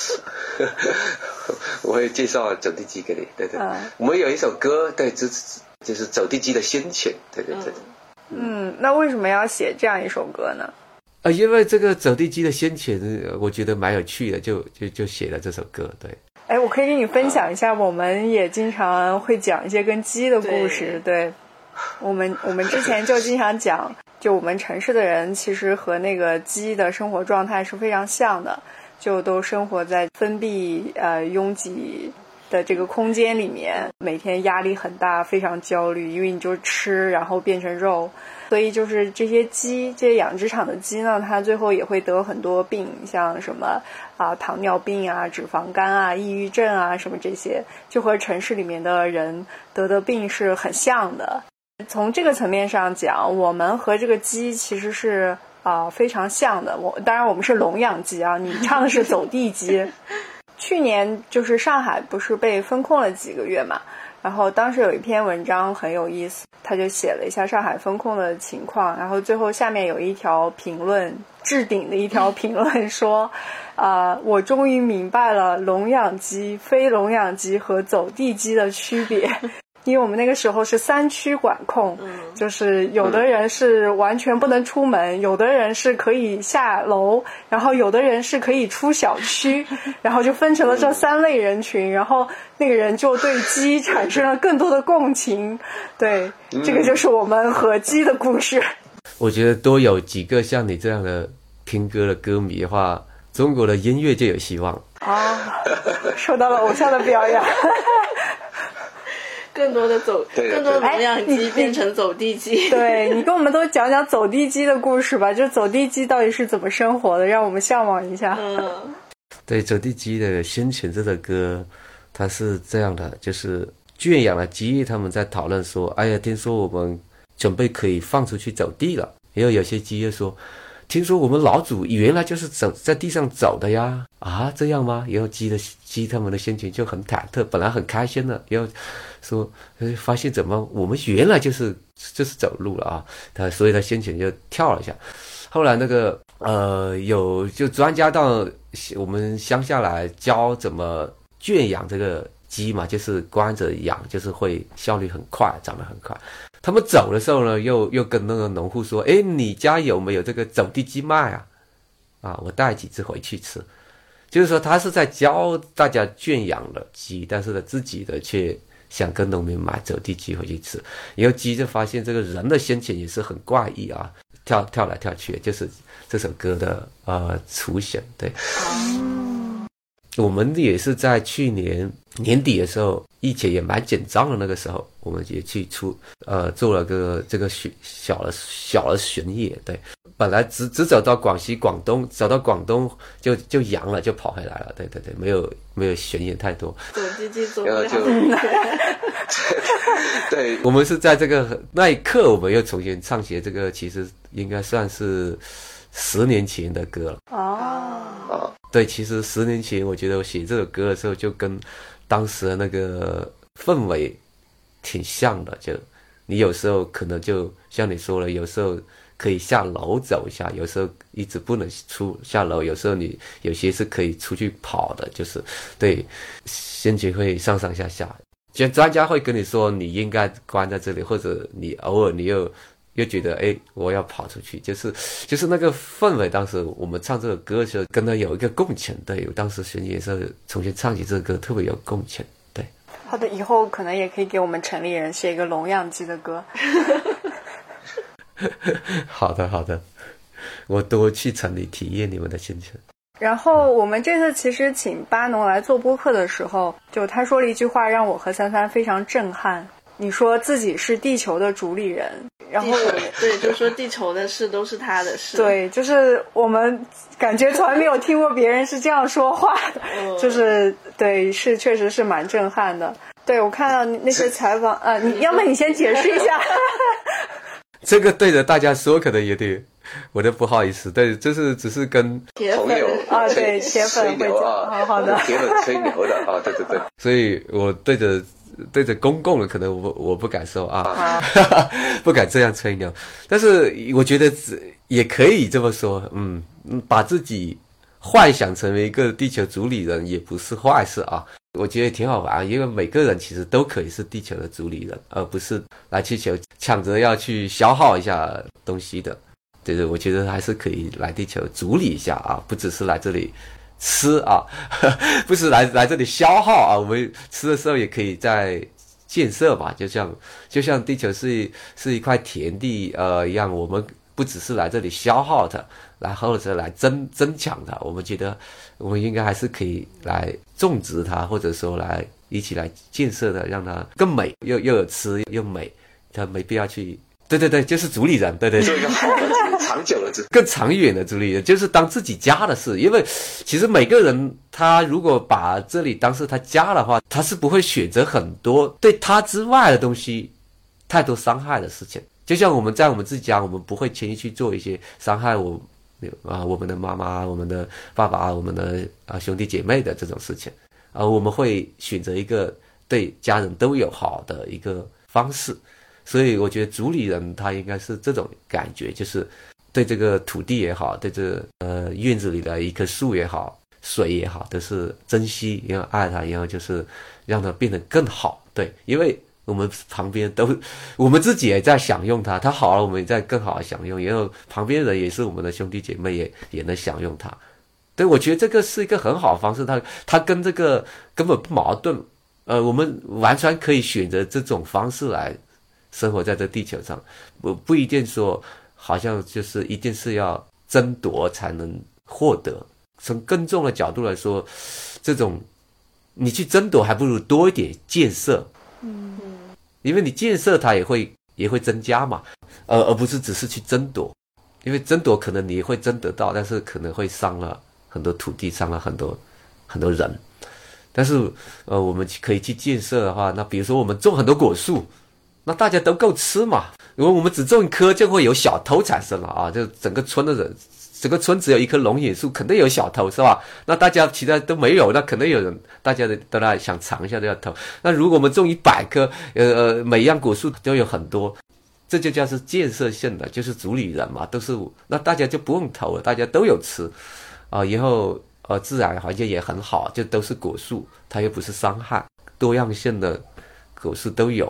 [SPEAKER 5] 我会介绍走地鸡给你，对对。嗯、我们有一首歌，对，就是就是走地鸡的先遣，对对对。
[SPEAKER 4] 嗯，那为什么要写这样一首歌呢？
[SPEAKER 2] 呃，因为这个走地鸡的先遣，我觉得蛮有趣的，就就就写了这首歌。对，
[SPEAKER 4] 哎，我可以跟你分享一下，我们也经常会讲一些跟鸡的故事。对，对我们我们之前就经常讲，就我们城市的人其实和那个鸡的生活状态是非常像的，就都生活在封闭呃拥挤的这个空间里面，每天压力很大，非常焦虑，因为你就吃然后变成肉。所以就是这些鸡，这些养殖场的鸡呢，它最后也会得很多病，像什么啊糖尿病啊、脂肪肝啊、抑郁症啊什么这些，就和城市里面的人得的病是很像的。从这个层面上讲，我们和这个鸡其实是啊、呃、非常像的。我当然我们是笼养鸡啊，你唱的是走地鸡。去年就是上海不是被封控了几个月嘛？然后当时有一篇文章很有意思，他就写了一下上海封控的情况，然后最后下面有一条评论，置顶的一条评论说啊、呃，我终于明白了笼养鸡、非笼养鸡和走地鸡的区别。因为我们那个时候是三区管控，就是有的人是完全不能出门，有的人是可以下楼，然后有的人是可以出小区，然后就分成了这三类人群，然后那个人就对鸡产生了更多的共情。对，这个就是我们和鸡的故事。
[SPEAKER 2] 我觉得多有几个像你这样的听歌的歌迷的话，中国的音乐就有希望。
[SPEAKER 4] 啊，受到了偶像的表扬。
[SPEAKER 3] 更多的走，更多的笼养鸡变成走地鸡。
[SPEAKER 4] 对，你跟我们都讲讲走地鸡的故事吧，就走地鸡到底是怎么生活的，让我们向往一下。
[SPEAKER 3] 嗯，
[SPEAKER 2] 对，走地鸡的先遣这首歌，它是这样的，就是圈养的鸡，他们在讨论说，哎呀，听说我们准备可以放出去走地了，也有有些鸡又说，听说我们老祖原来就是走在地上走的呀，啊，这样吗？然后鸡的鸡他们的心情就很忐忑，本来很开心的，然后说，呃，发现怎么我们原来就是就是走路了啊，他所以他先前就跳了一下。后来那个呃有就专家到我们乡下来教怎么圈养这个鸡嘛，就是关着养，就是会效率很快，长得很快。 他们走的时候呢，又又跟那个农户说：“哎，你家有没有这个走地鸡卖啊？啊，我带几只回去吃。”就是说，他是在教大家圈养了鸡，但是呢，自己的却想跟农民买走地鸡回去吃。以后鸡就发现这个人的先前也是很怪异啊，跳跳来跳去，就是这首歌的呃雏形。对，哦、我们也是在去年年底的时候，疫情也蛮紧张的那个时候，我们也去出呃做了个这个小的小的巡演。对，本来只只走到广西广东，走到广东就就阳了，就跑回来了。对对对，没有没有巡演太多。
[SPEAKER 3] 走地鸡走不了。
[SPEAKER 5] 对，
[SPEAKER 2] 我们是在这个那一刻，我们又重新唱写这个，其实应该算是十年前的歌了。
[SPEAKER 4] 哦，
[SPEAKER 2] 对，其实十年前我觉得我写这首歌的时候，就跟当时的那个氛围挺像的。就你有时候可能就像你说了，有时候可以下楼走一下，有时候一直不能出下楼，有时候你有些是可以出去跑的，就是对，心情会上上下下。就专家会跟你说你应该关在这里，或者你偶尔你又又觉得哎我要跑出去，就是就是那个氛围。当时我们唱这个歌的时候，跟他有一个共情。对，我当时巡演的时候重新唱起这个歌，特别有共情。对，
[SPEAKER 4] 好的，以后可能也可以给我们城里人写一个笼养鸡的歌。
[SPEAKER 2] 好的好的，我多去城里体验你们的心情。
[SPEAKER 4] 然后我们这次其实请巴农来做播客的时候，就他说了一句话让我和三三非常震撼。你说自己是地球的主理人，然后
[SPEAKER 3] 对，就说地球的事都是他的事。
[SPEAKER 4] 对，就是我们感觉从来没有听过别人是这样说话的，嗯、就是对，是确实是蛮震撼的。对，我看到那些采访，呃，你要么你先解释一下。
[SPEAKER 2] 这个对着大家说可能有点，我都不好意思。对，就是只是跟
[SPEAKER 4] 铁粉啊，对，铁粉会讲，好好的，
[SPEAKER 5] 铁粉吹牛的啊，对对对。
[SPEAKER 2] 所以我对着对着公共的可能我我不敢说啊，不敢这样吹牛。但是我觉得也可以这么说，嗯，把自己幻想成为一个地球主理人也不是坏事啊。我觉得挺好玩，因为每个人其实都可以是地球的主理人，而不是来地球抢着要去消耗一下东西的。对对，我觉得还是可以来地球主理一下啊，不只是来这里吃啊，不是来来这里消耗啊。我们吃的时候也可以在建设嘛，就像就像地球是是一块田地呃一样，我们不只是来这里消耗它，来或者来增增强它，我们觉得我们应该还是可以来种植它，或者说来一起来建设它，让它更美，又又有吃又美，它没必要去。对对对，就是主理人，对对对，
[SPEAKER 5] 做一个好的、长久的、
[SPEAKER 2] 更长远的主理人，就是当自己家的事。因为其实每个人他如果把这里当是他家的话，他是不会选择很多对他之外的东西太多伤害的事情。就像我们在我们自己家，我们不会轻易去做一些伤害我啊我们的妈妈、我们的爸爸、我们的啊兄弟姐妹的这种事情，而、啊、我们会选择一个对家人都有好的一个方式。所以我觉得主理人他应该是这种感觉，就是对这个土地也好，对这个呃院子里的一棵树也好，水也好，都是珍惜，然后爱它，然后就是让它变得更好。对，因为我们旁边都，我们自己也在享用它，它好了，我们也在更好的享用，然后旁边人也是我们的兄弟姐妹也，也也能享用它。对，我觉得这个是一个很好的方式，它它跟这个根本不矛盾。呃，我们完全可以选择这种方式来生活在这地球上，不不一定说好像就是一定是要争夺才能获得。从更重的角度来说，这种你去争夺还不如多一点建设，嗯，因为你建设它也会也会增加嘛，而而不是只是去争夺，因为争夺可能你会争得到，但是可能会伤了很多土地，伤了很多很多人。但是呃，我们可以去建设的话，那比如说我们种很多果树。那大家都够吃嘛？如果我们只种一棵，就会有小偷产生了啊！就整个村的人，整个村只有一棵龙眼树，肯定有小偷，是吧？那大家其他都没有，那肯定有人，大家都来想尝一下都要偷。那如果我们种一百棵，呃呃，每一样果树都有很多，这就叫是建设性的，就是主理人嘛，都是那大家就不用偷了，大家都有吃啊、呃。以后呃，自然环境也很好，就都是果树，它又不是伤害，多样性的果树都有。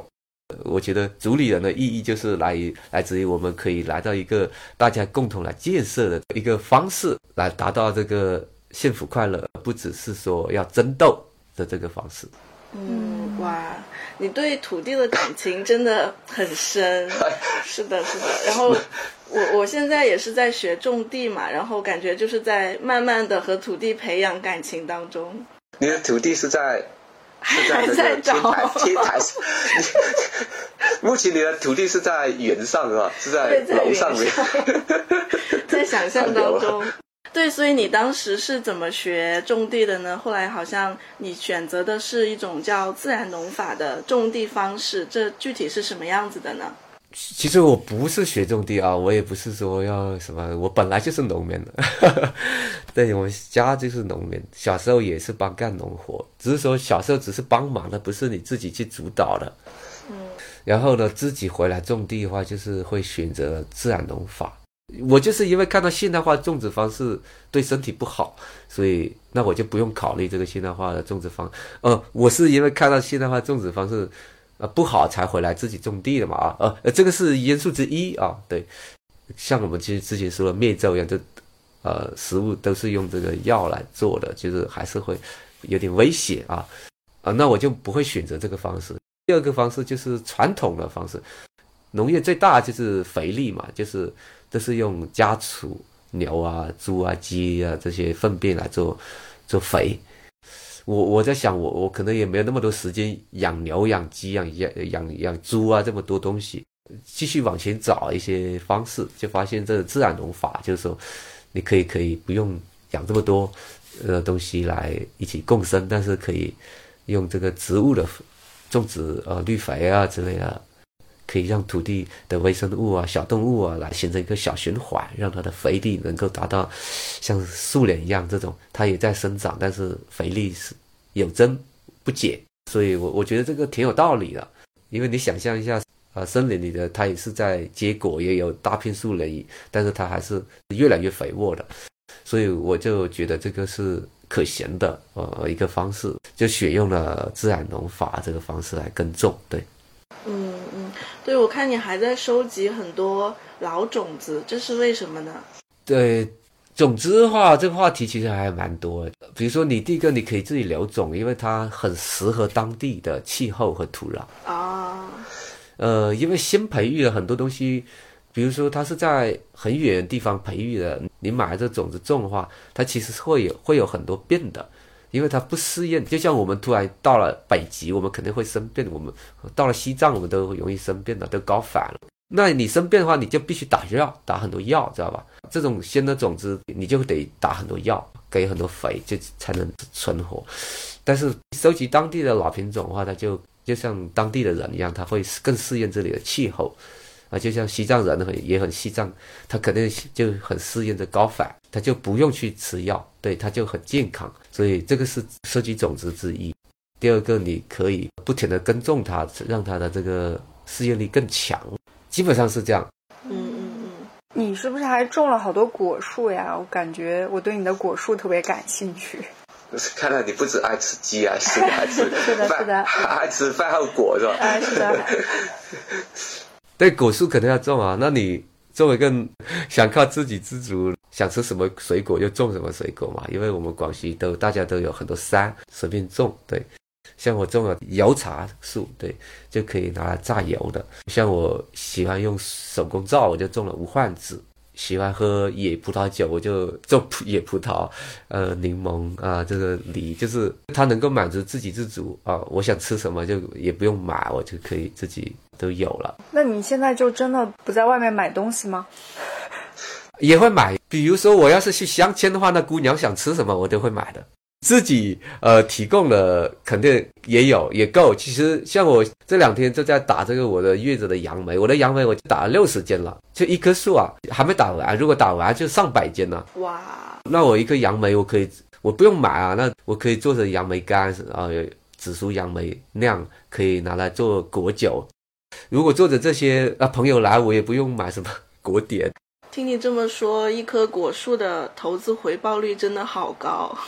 [SPEAKER 2] 我觉得主理人的意义就是来于来自于我们可以来到一个大家共同来建设的一个方式，来达到这个幸福快乐，不只是说要争斗的这个方式。
[SPEAKER 3] 嗯，哇，你对土地的感情真的很深。是的，是的。然后我我现在也是在学种地嘛，然后感觉就是在慢慢的和土地培养感情当中。
[SPEAKER 5] 你的土地是在是在那
[SPEAKER 3] 在
[SPEAKER 5] 个天
[SPEAKER 3] 找
[SPEAKER 5] 台天台上，目前你的土地是在原上是吧？是在
[SPEAKER 3] 对在
[SPEAKER 5] 楼上面。
[SPEAKER 3] 在想象当中。对，所以你当时是怎么学种地的呢？后来好像你选择的是一种叫自然农法的种地方式，这具体是什么样子的呢？
[SPEAKER 2] 其实我不是学种地啊，我也不是说要什么，我本来就是农民的。对，我们家就是农民，小时候也是帮干农活，只是说小时候只是帮忙的，不是你自己去主导的。嗯，然后呢，自己回来种地的话，就是会选择自然农法。我就是因为看到现代化种植方式对身体不好，所以那我就不用考虑这个现代化的种植方。呃，我是因为看到现代化种植方式呃不好才回来自己种地的嘛啊，呃，这个是因素之一啊。对，像我们其实之前说的灭咒一样，就呃食物都是用这个药来做的，就是还是会有点危险啊啊、呃，那我就不会选择这个方式。第二个方式就是传统的方式，农业最大就是肥力嘛，就是都是用家畜牛啊、猪啊、鸡啊这些粪便来做做肥。我我在想我，我可能也没有那么多时间养牛、养鸡、养养养养猪啊这么多东西。继续往前找一些方式，就发现这个自然农法，就是说你可以可以不用养这么多呃东西来一起共生，但是可以用这个植物的种植呃绿肥啊之类的。可以让土地的微生物啊、小动物啊来形成一个小循环，让它的肥力能够达到像树莲一样这种，它也在生长，但是肥力是有增不减。所以我我觉得这个挺有道理的，因为你想象一下，呃，森林里的它也是在结果，也有大片树林，但是它还是越来越肥沃的，所以我就觉得这个是可行的呃一个方式，就选用了自然农法这个方式来耕种。对。
[SPEAKER 3] 嗯嗯，对，我看你还在收集很多老种子，这是为什么呢？
[SPEAKER 2] 对，种子的话，这个话题其实还蛮多的。比如说，你第一个你可以自己留种，因为它很适合当地的气候和土壤
[SPEAKER 3] 啊。
[SPEAKER 2] 呃，因为新培育的很多东西，比如说它是在很远的地方培育的，你买这种子种的话，它其实会有会有很多变的。因为它不适应，就像我们突然到了北极，我们肯定会生病；我们到了西藏，我们都容易生病了，都高反了。那你生病的话，你就必须打药，打很多药，知道吧？这种新的种子，你就得打很多药，给很多肥，就才能存活。但是收集当地的老品种的话，它就就像当地的人一样，他会更适应这里的气候。啊，就像西藏人很也很西藏，他肯定就很适应这高反，他就不用去吃药，对，他就很健康。所以这个是收集种子之一。第二个，你可以不停的耕种它，让它的这个适应力更强，基本上是这样。
[SPEAKER 3] 嗯嗯嗯。
[SPEAKER 4] 你是不是还种了好多果树呀？我感觉我对你的果树特别感兴趣。
[SPEAKER 5] 看来你不止爱吃鸡啊，是爱吃
[SPEAKER 4] 是的，是的，
[SPEAKER 5] 爱吃饭后果是吧？
[SPEAKER 4] 啊，是的。
[SPEAKER 2] 对，果树肯定要种啊。那你作为一个想靠自给自足，想吃什么水果就种什么水果嘛。因为我们广西都大家都有很多山，随便种。对，像我种了油茶树，对，就可以拿来榨油的。像我喜欢用手工皂，我就种了无患子。喜欢喝野葡萄酒，我就种野葡萄，呃，柠檬啊、呃，这个梨，就是它能够满足自给自足啊、呃。我想吃什么就也不用买，我就可以自己都有了。
[SPEAKER 4] 那你现在就真的不在外面买东西吗？
[SPEAKER 2] 也会买，比如说我要是去相亲的话，那姑娘想吃什么我都会买的。自己呃提供的肯定也有也够。其实像我这两天就在打这个我的月子的杨梅，我的杨梅我就打了六十斤了，就一棵树啊，还没打完，如果打完就上百斤了。
[SPEAKER 3] 哇！
[SPEAKER 2] 那我一颗杨梅我可以，我不用买啊，那我可以做成杨梅干啊，紫苏杨梅酿，可以拿来做果酒。如果做着这些啊，朋友来我也不用买什么果点。
[SPEAKER 3] 听你这么说，一棵果树的投资回报率真的好高。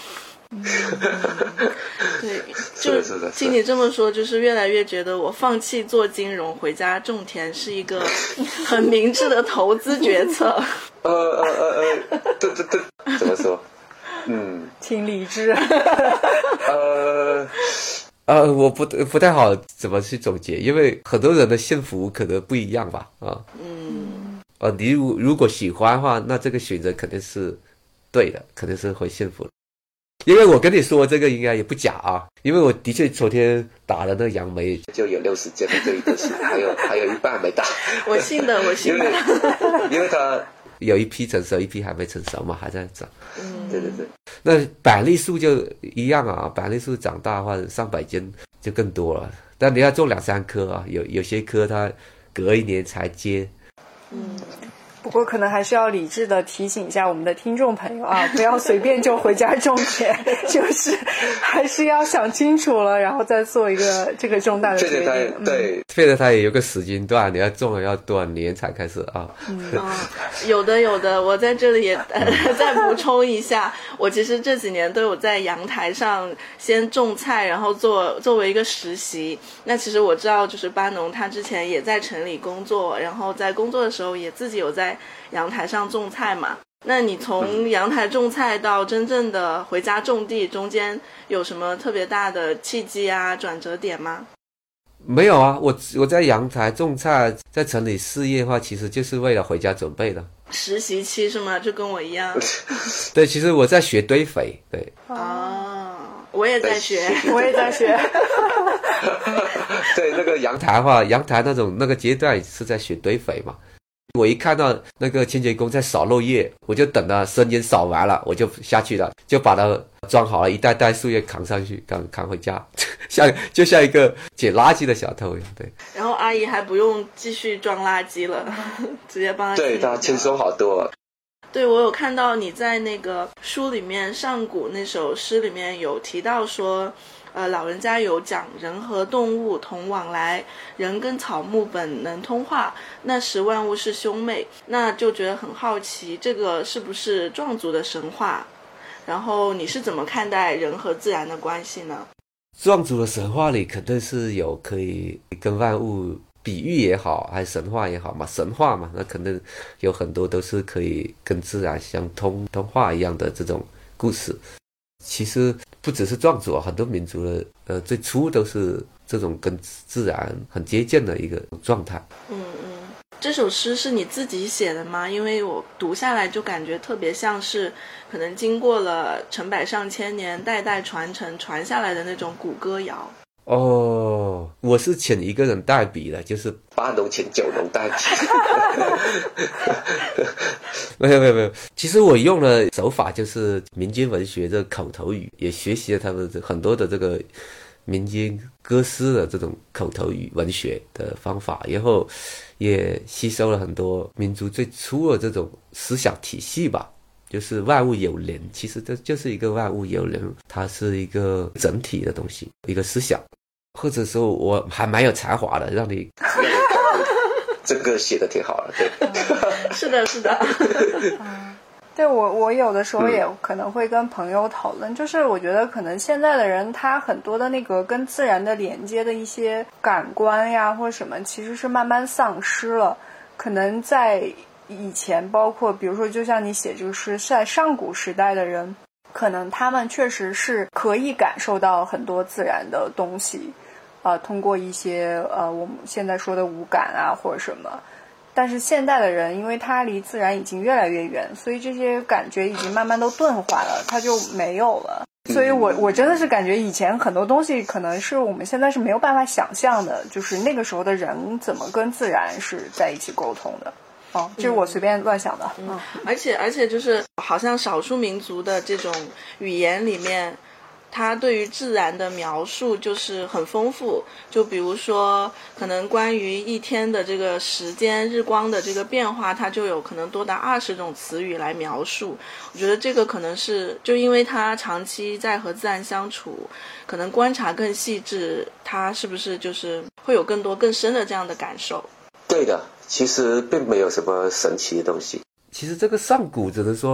[SPEAKER 3] 嗯、对，就听你这么说，就是越来越觉得我放弃做金融，回家种田是一个很明智的投资决策。
[SPEAKER 5] 呃呃呃呃，对对对，怎么说？嗯，
[SPEAKER 4] 挺理智。
[SPEAKER 5] 呃
[SPEAKER 2] 呃，我不不太好怎么去总结，因为很多人的幸福可能不一样吧。啊，嗯，呃，你如如果喜欢的话，那这个选择肯定是对的，肯定是会幸福的。因为我跟你说这个应该也不假啊，因为我的确昨天打了那杨梅，
[SPEAKER 5] 就有六十件的这一个是，还有还有一半没打。
[SPEAKER 3] 我信的，我信的。
[SPEAKER 5] 因为因为他
[SPEAKER 2] 有一批成熟，一批还没成熟嘛，还在长。
[SPEAKER 3] 嗯，
[SPEAKER 5] 对对对。
[SPEAKER 2] 那百丽树就一样啊，百丽树长大的话，上百斤就更多了。但你要种两三棵啊，有有些棵它隔一年才结。
[SPEAKER 4] 嗯。不过可能还是要理智的提醒一下我们的听众朋友啊，不要随便就回家种田，就是还是要想清楚了，然后再做一个这个重大的决定。
[SPEAKER 5] 对，
[SPEAKER 2] 费的它也有个时间段，你要种了要多少年才开始啊？
[SPEAKER 3] 嗯，哦、有的有的，我在这里也、呃、再补充一下，我其实这几年都有在阳台上先种菜，然后做作为一个实习。那其实我知道，就是巴农他之前也在城里工作，然后在工作的时候也自己有在阳台上种菜嘛。那你从阳台种菜到真正的回家种地，中间有什么特别大的契机啊转折点吗？
[SPEAKER 2] 没有啊，我我在阳台种菜，在城里事业的话，其实就是为了回家准备的。
[SPEAKER 3] 实习期是吗？就跟我一样。
[SPEAKER 2] 对，其实我在学堆肥。对。
[SPEAKER 3] 哦，我也在学，
[SPEAKER 4] 我也在学。
[SPEAKER 2] 对，那个阳台的话，阳台那种那个阶段是在学堆肥嘛。我一看到那个清洁工在扫落叶，我就等到声音扫完了，我就下去了，就把它装好了，一袋袋树叶扛上去，扛扛回家，像就像一个捡垃圾的小偷一样。对。
[SPEAKER 3] 然后阿姨还不用继续装垃圾了，直接帮他。
[SPEAKER 5] 对，他轻松好多。
[SPEAKER 3] 对，我有看到你在那个书里面上古那首诗里面有提到说，呃，老人家有讲人和动物同往来，人跟草木本能通化，那时万物是兄妹。那就觉得很好奇，这个是不是壮族的神话？然后你是怎么看待人和自然的关系呢？
[SPEAKER 2] 壮族的神话里肯定是有可以跟万物比喻也好，还是神话也好嘛，神话嘛，那肯定有很多都是可以跟自然相通通话一样的这种故事。其实不只是壮族，很多民族的呃最初都是这种跟自然很接近的一个状态。
[SPEAKER 3] 嗯嗯，这首诗是你自己写的吗？因为我读下来就感觉特别像是可能经过了成百上千年代代传承传下来的那种古歌谣。
[SPEAKER 2] 哦，我是请一个人代笔的，就是
[SPEAKER 5] 八农请九农代笔。
[SPEAKER 2] 没有没有没有，其实我用的手法就是民间文学的口头语，也学习了他们很多的这个民间歌诗的这种口头语文学的方法，然后也吸收了很多民族最初的这种思想体系吧。就是万物有灵，其实这就是一个万物有灵，它是一个整体的东西，一个思想。或者说我还蛮有才华的，让你
[SPEAKER 5] 这个写的挺好的。对、
[SPEAKER 3] 嗯、是的是的
[SPEAKER 4] 嗯、对，我我有的时候也可能会跟朋友讨论、嗯、就是我觉得可能现在的人他很多的那个跟自然的连接的一些感官呀或者什么其实是慢慢丧失了。可能在以前包括比如说就像你写这个诗，在上古时代的人可能他们确实是可以感受到很多自然的东西，呃，通过一些呃我们现在说的五感啊或者什么。但是现代的人因为他离自然已经越来越远，所以这些感觉已经慢慢都钝化了，他就没有了。所以我我真的是感觉以前很多东西可能是我们现在是没有办法想象的，就是那个时候的人怎么跟自然是在一起沟通的。哦，这是我随便乱想的。
[SPEAKER 3] 嗯，嗯而且而且就是好像少数民族的这种语言里面，它对于自然的描述就是很丰富。就比如说，可能关于一天的这个时间、日光的这个变化，它就有可能多达二十种词语来描述。我觉得这个可能是就因为它长期在和自然相处，可能观察更细致，它是不是就是会有更多更深的这样的感受？
[SPEAKER 5] 对的。其实并没有什么神奇的东西。
[SPEAKER 2] 其实这个上古只能说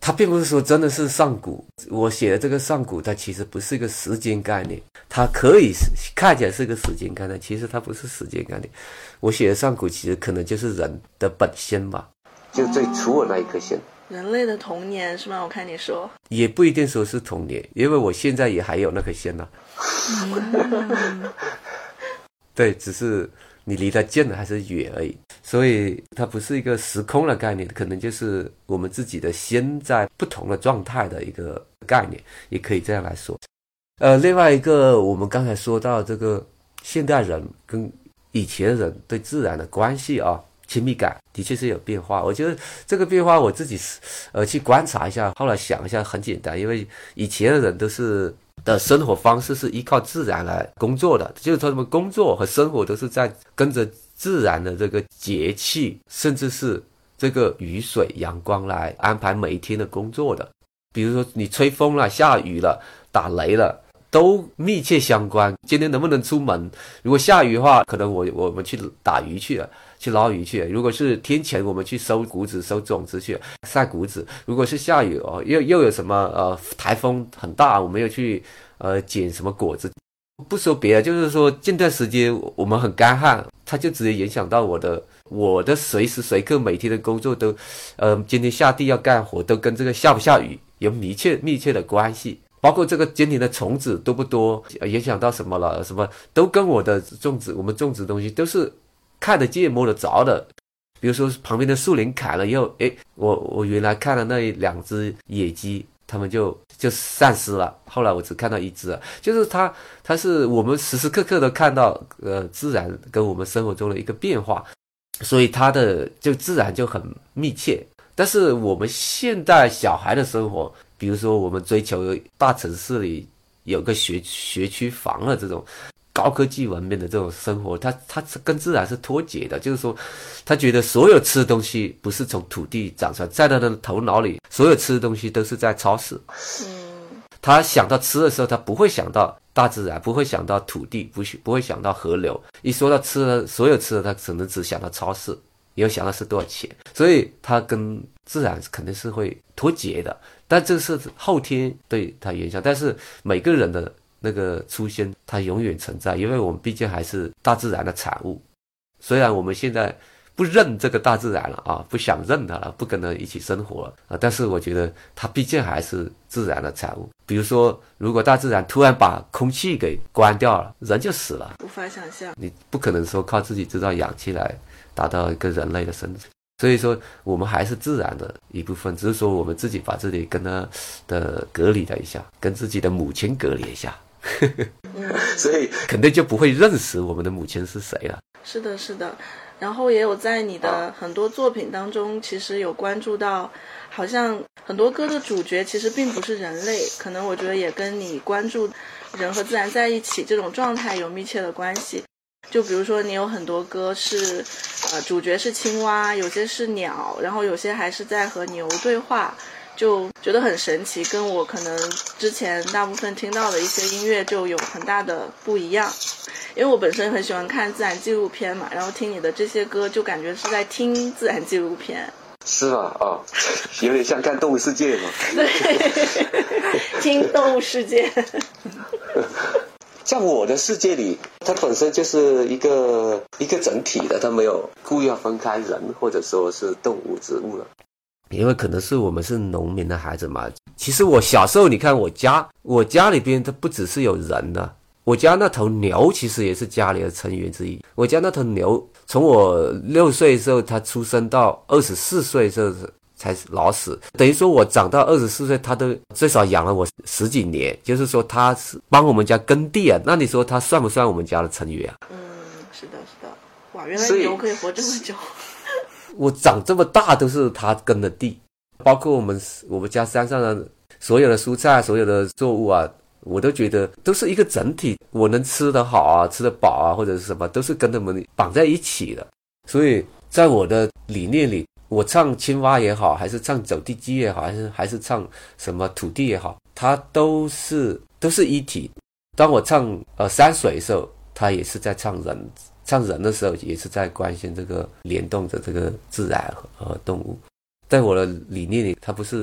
[SPEAKER 2] 它并不是说真的是上古。我写的这个上古，它其实不是一个时间概念，它可以看起来是个时间概念，其实它不是时间概念。我写的上古其实可能就是人的本先吧，
[SPEAKER 5] 就最初的那一颗心。
[SPEAKER 3] 人类的童年是吗？我看你说
[SPEAKER 2] 也不一定说是童年，因为我现在也还有那颗线呢、嗯。对，只是你离它近了还是远而已，所以它不是一个时空的概念，可能就是我们自己的心在不同的状态的一个概念，也可以这样来说。呃，另外一个我们刚才说到这个现代人跟以前人对自然的关系啊。亲密感的确是有变化，我觉得这个变化我自己呃去观察一下，后来想一下很简单，因为以前的人都是的生活方式是依靠自然来工作的，就是他们工作和生活都是在跟着自然的这个节气，甚至是这个雨水、阳光来安排每一天的工作的。比如说你吹风了、下雨了、打雷了，都密切相关。今天能不能出门？如果下雨的话，可能我我们去打鱼去了。去捞鱼去，如果是天晴，我们去收谷子、收种子去晒谷子；如果是下雨哦，又又有什么呃台风很大，我们又去呃捡什么果子。不说别的，就是说近段时间我们很干旱，它就直接影响到我的我的随时随刻每天的工作都，呃今天下地要干活都跟这个下不下雨有密切密切的关系。包括这个今年的虫子多不多，影响到什么了？什么都跟我的种植，我们种植的东西都是。看得见摸得着的，比如说旁边的树林砍了以后，诶，我我原来看的那两只野鸡，它们就就散失了。后来我只看到一只了，就是它它是我们时时刻刻的看到呃自然跟我们生活中的一个变化，所以它的就自然就很密切。但是我们现代小孩的生活，比如说我们追求大城市里有个学学区房的这种。高科技文明的这种生活，他他跟自然是脱节的，就是说，他觉得所有吃的东西不是从土地长出来，在他的头脑里，所有吃的东西都是在超市。嗯，他想到吃的时候，他不会想到大自然，不会想到土地，不不会想到河流。一说到吃的，所有吃的，他可能只想到超市，也有想到是多少钱，所以他跟自然肯定是会脱节的。但这是后天对他影响，但是每个人的。那个出现它永远存在，因为我们毕竟还是大自然的产物。虽然我们现在不认这个大自然了啊，不想认它了，不跟它一起生活了啊，但是我觉得它毕竟还是自然的产物。比如说，如果大自然突然把空气给关掉了，人就死了，
[SPEAKER 3] 无法想象。
[SPEAKER 2] 你不可能说靠自己制造氧气来达到一个人类的生存。所以说我们还是自然的一部分，只是说我们自己把自己跟它的隔离了一下，跟自己的母亲隔离一下。所以肯定就不会认识我们的母亲是谁了。
[SPEAKER 3] 是的，是的。然后也有在你的很多作品当中，其实有关注到，好像很多歌的主角其实并不是人类，可能我觉得也跟你关注人和自然在一起这种状态有密切的关系。就比如说你有很多歌是，呃，主角是青蛙，有些是鸟，然后有些还是在和牛对话。就觉得很神奇，跟我可能之前大部分听到的一些音乐就有很大的不一样。因为我本身很喜欢看自然纪录片嘛，然后听你的这些歌就感觉是在听自然纪录片。
[SPEAKER 5] 是吗？哦，有点像看动物世界嘛。
[SPEAKER 3] 对，听动物世界。
[SPEAKER 5] 在我的世界里，它本身就是一个一个整体的，它没有故意要分开人或者说是动物植物了。
[SPEAKER 2] 因为可能是我们是农民的孩子嘛。其实我小时候，你看我家，我家里边它不只是有人的，我家那头牛其实也是家里的成员之一。我家那头牛，从我六岁的时候它出生到二十四岁的时候才老死，等于说我长到二十四岁，它都最少养了我十几年，就是说它是帮我们家耕地啊。那你说它算不算我们家的成员啊？
[SPEAKER 3] 嗯，是的，是的。哇，原来牛可以活这么久。
[SPEAKER 2] 我长这么大都是他耕的地，包括我们我们家山上的所有的蔬菜、所有的作物啊，我都觉得都是一个整体。我能吃得好啊，吃得饱啊，或者是什么，都是跟他们绑在一起的。所以在我的理念里，我唱青蛙也好，还是唱走地鸡也好，还是还是唱什么土地也好，它都是都是一体。当我唱呃山水的时候，它也是在唱人。唱人的时候也是在关心这个联动的这个自然和动物。在我的理念里，它不是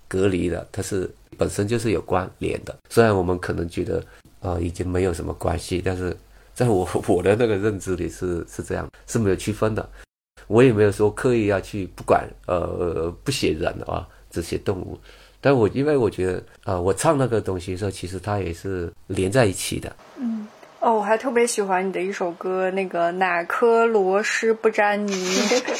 [SPEAKER 2] 隔离的，它是本身就是有关联的。虽然我们可能觉得呃已经没有什么关系，但是在我我的那个认知里是是这样，是没有区分的。我也没有说刻意要去不管呃不写人啊，只写动物。但我因为我觉得呃我唱那个东西的时候，其实它也是连在一起的。
[SPEAKER 4] 嗯。哦，我还特别喜欢你的一首歌，那个哪颗螺丝不沾泥。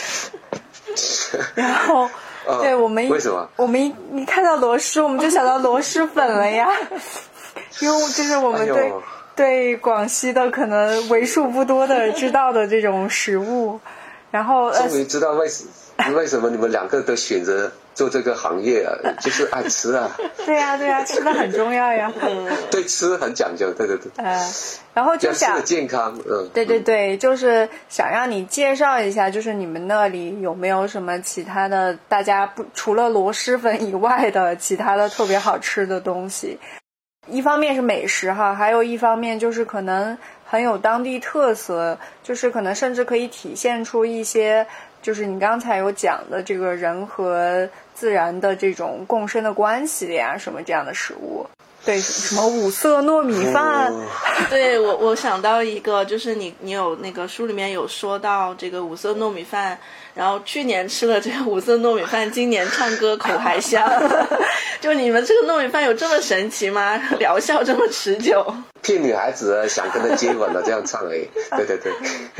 [SPEAKER 4] 然后，
[SPEAKER 5] 哦、
[SPEAKER 4] 对我们
[SPEAKER 5] 为什么我
[SPEAKER 4] 们一一看到螺蛳，我们就想到螺蛳粉了呀？因为这是我们对、哎、对广西的可能为数不多的知道的这种食物。然后，
[SPEAKER 5] 终于知道为什为什么你们两个都选择做这个行业啊，就是爱吃啊。
[SPEAKER 4] 对呀、啊、对呀、啊，吃的很重要呀。
[SPEAKER 5] 对吃很讲究，对对对。
[SPEAKER 4] 呃，然后就想
[SPEAKER 5] 健康，嗯，
[SPEAKER 4] 对对对，就是想让你介绍一下，就是你们那里有没有什么其他的，大家不除了螺蛳粉以外的其他的特别好吃的东西。一方面是美食哈，还有一方面就是可能很有当地特色，就是可能甚至可以体现出一些就是你刚才有讲的这个人和自然的这种共生的关系呀，什么这样的食物。对，什么五色糯米饭、哦、
[SPEAKER 3] 对，我我想到一个，就是你你有那个书里面有说到这个五色糯米饭，然后去年吃了这个五色糯米饭，今年唱歌口还香。就你们这个糯米饭有这么神奇吗？疗效这么持久？
[SPEAKER 5] 骗女孩子想跟她接吻的这样唱而已。对对对。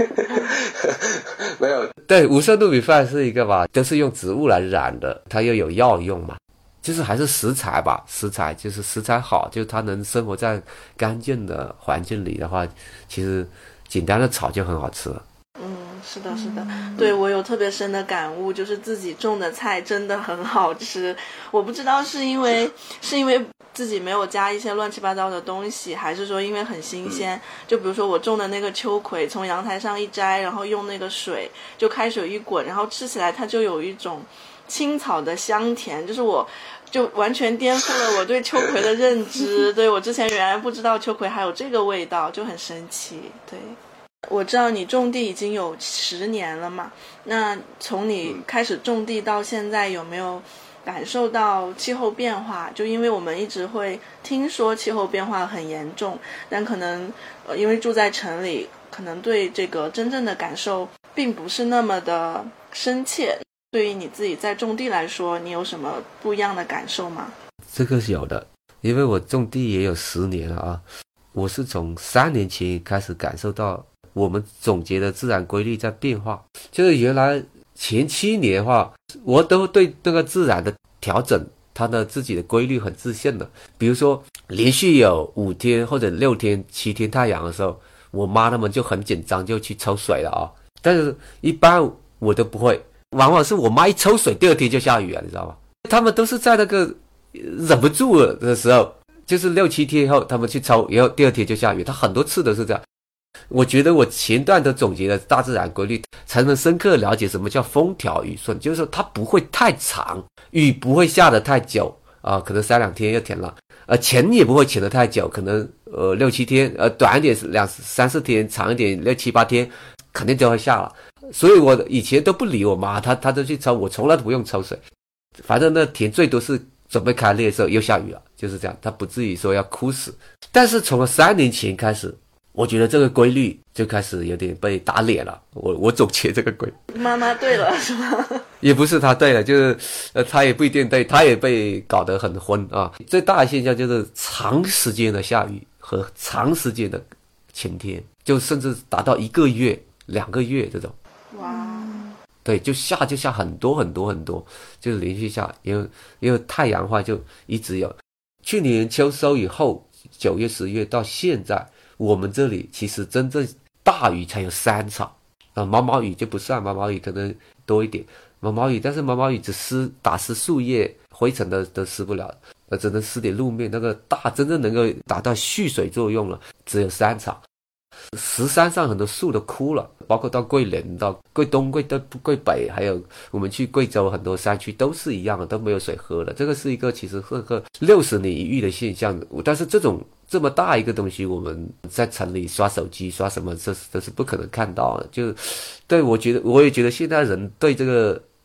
[SPEAKER 5] 没有。
[SPEAKER 2] 对，五色糯米饭是一个吧，都是用植物来染的，它又有药用嘛。就是还是食材吧，食材就是食材好，就是它能生活在干净的环境里的话，其实简单的炒就很好吃了。
[SPEAKER 3] 嗯，是的，是的，对，我有特别深的感悟，就是自己种的菜真的很好吃。我不知道是因为是因为自己没有加一些乱七八糟的东西，还是说因为很新鲜。就比如说我种的那个秋葵，从阳台上一摘，然后用那个水就开水一滚，然后吃起来它就有一种青草的香甜，就是我就完全颠覆了我对秋葵的认知。对，我之前原来不知道秋葵还有这个味道，就很神奇。对，我知道你种地已经有十年了嘛，那从你开始种地到现在，有没有感受到气候变化？就因为我们一直会听说气候变化很严重，但可能呃，因为住在城里，可能对这个真正的感受并不是那么的深切。对于你自己在种地来说，你有什么不一样的感受吗？
[SPEAKER 2] 这个是有的，因为我种地也有十年了啊。我是从三年前开始感受到我们总结的自然规律在变化。就是原来前七年的话，我都对那个自然的调整它的自己的规律很自信的。比如说连续有五天或者六天七天太阳的时候，我妈他们就很紧张，就去抽水了啊。但是一般我都不会，往往是我妈一抽水，第二天就下雨了，你知道吗？他们都是在那个忍不住了的时候，就是六七天后他们去抽，然后第二天就下雨。他很多次都是这样。我觉得我前段都总结了大自然规律，才能深刻了解什么叫风调雨顺，就是说它不会太长，雨不会下得太久啊、呃，可能三两天又停了，呃，晴也不会晴得太久，可能呃六七天，呃短一点两三四天，长一点六七八天，肯定就会下了。所以我以前都不理我妈，她她都去抽，我从来都不用抽水，反正那田最多是准备开裂的时候又下雨了，就是这样，她不至于说要枯死。但是从了三年前开始，我觉得这个规律就开始有点被打脸了。我我总结这个规律，
[SPEAKER 3] 妈妈对了是吗？
[SPEAKER 2] 也不是她对了，就是呃她也不一定对，她也被搞得很昏啊。最大的现象就是长时间的下雨和长时间的晴天，就甚至达到一个月、两个月这种。
[SPEAKER 3] 哇，
[SPEAKER 2] 对，就下就下很多很多很多，就是连续下，因为因为太阳化就一直有。去年秋收以后，九月、十月到现在，我们这里其实真正大雨才有三场啊，毛毛雨就不算，毛毛雨可能多一点，毛毛雨，但是毛毛雨只湿打湿树叶，灰尘都都湿不了，呃，只能湿点路面。那个大真正能够达到蓄水作用了，只有三场。石山上很多树都枯了，包括到桂林、到桂东、桂东、桂北，还有我们去贵州很多山区都是一样的，都没有水喝了。这个是一个其实是个六十年一遇的现象，但是这种这么大一个东西，我们在城里刷手机刷什么，这这是不可能看到的。就对我觉得，我也觉得现在人对这个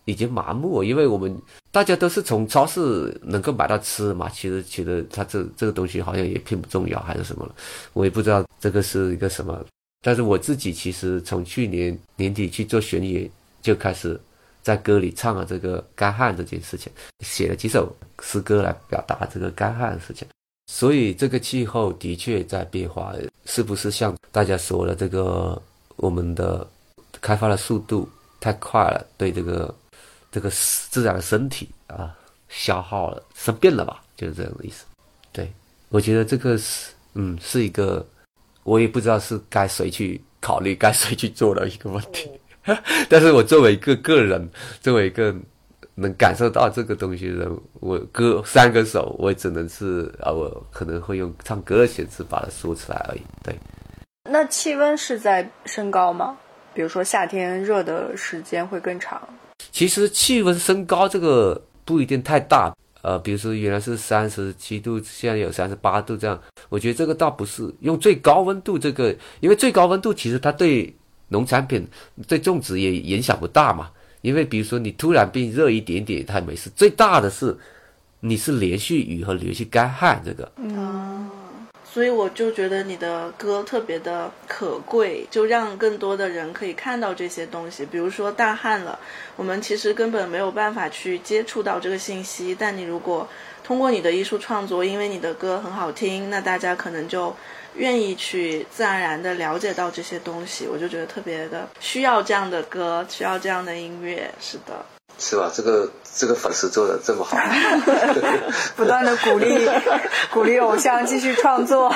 [SPEAKER 2] 已经麻木了，因为我们大家都是从超市能够买到吃嘛，其实觉得它这这个东西好像也并不重要还是什么了，我也不知道这个是一个什么。但是我自己其实从去年年底去做巡演，就开始在歌里唱了这个干旱这件事情，写了几首诗歌来表达这个干旱的事情。所以这个气候的确在变化，是不是像大家说的这个我们的开发的速度太快了，对这个这个自然的身体啊消耗了，生病了吧，就是这样的意思。对，我觉得这个是嗯是一个我也不知道是该谁去考虑该谁去做的一个问题。但是我作为一个个人，作为一个能感受到这个东西的人，我歌三个手，我只能是啊，我可能会用唱歌的形式把它说出来而已。对。
[SPEAKER 4] 那气温是在升高吗？比如说夏天热的时间会更长？
[SPEAKER 2] 其实气温升高这个不一定太大，呃，比如说原来是三十七度，现在有三十八度这样，我觉得这个倒不是用最高温度这个，因为最高温度其实它对农产品对种植也影响不大嘛，因为比如说你突然变热一点点它没事，最大的是你是连续雨和连续干旱这个。
[SPEAKER 3] 嗯，所以我就觉得你的歌特别的可贵，就让更多的人可以看到这些东西。比如说大旱了，我们其实根本没有办法去接触到这个信息，但你如果通过你的艺术创作，因为你的歌很好听，那大家可能就愿意去自然而然的了解到这些东西。我就觉得特别的需要这样的歌，需要这样的音乐。是的，
[SPEAKER 5] 是吧？这个这个粉丝做的这么好，
[SPEAKER 4] 不断的鼓励鼓励偶像继续创作。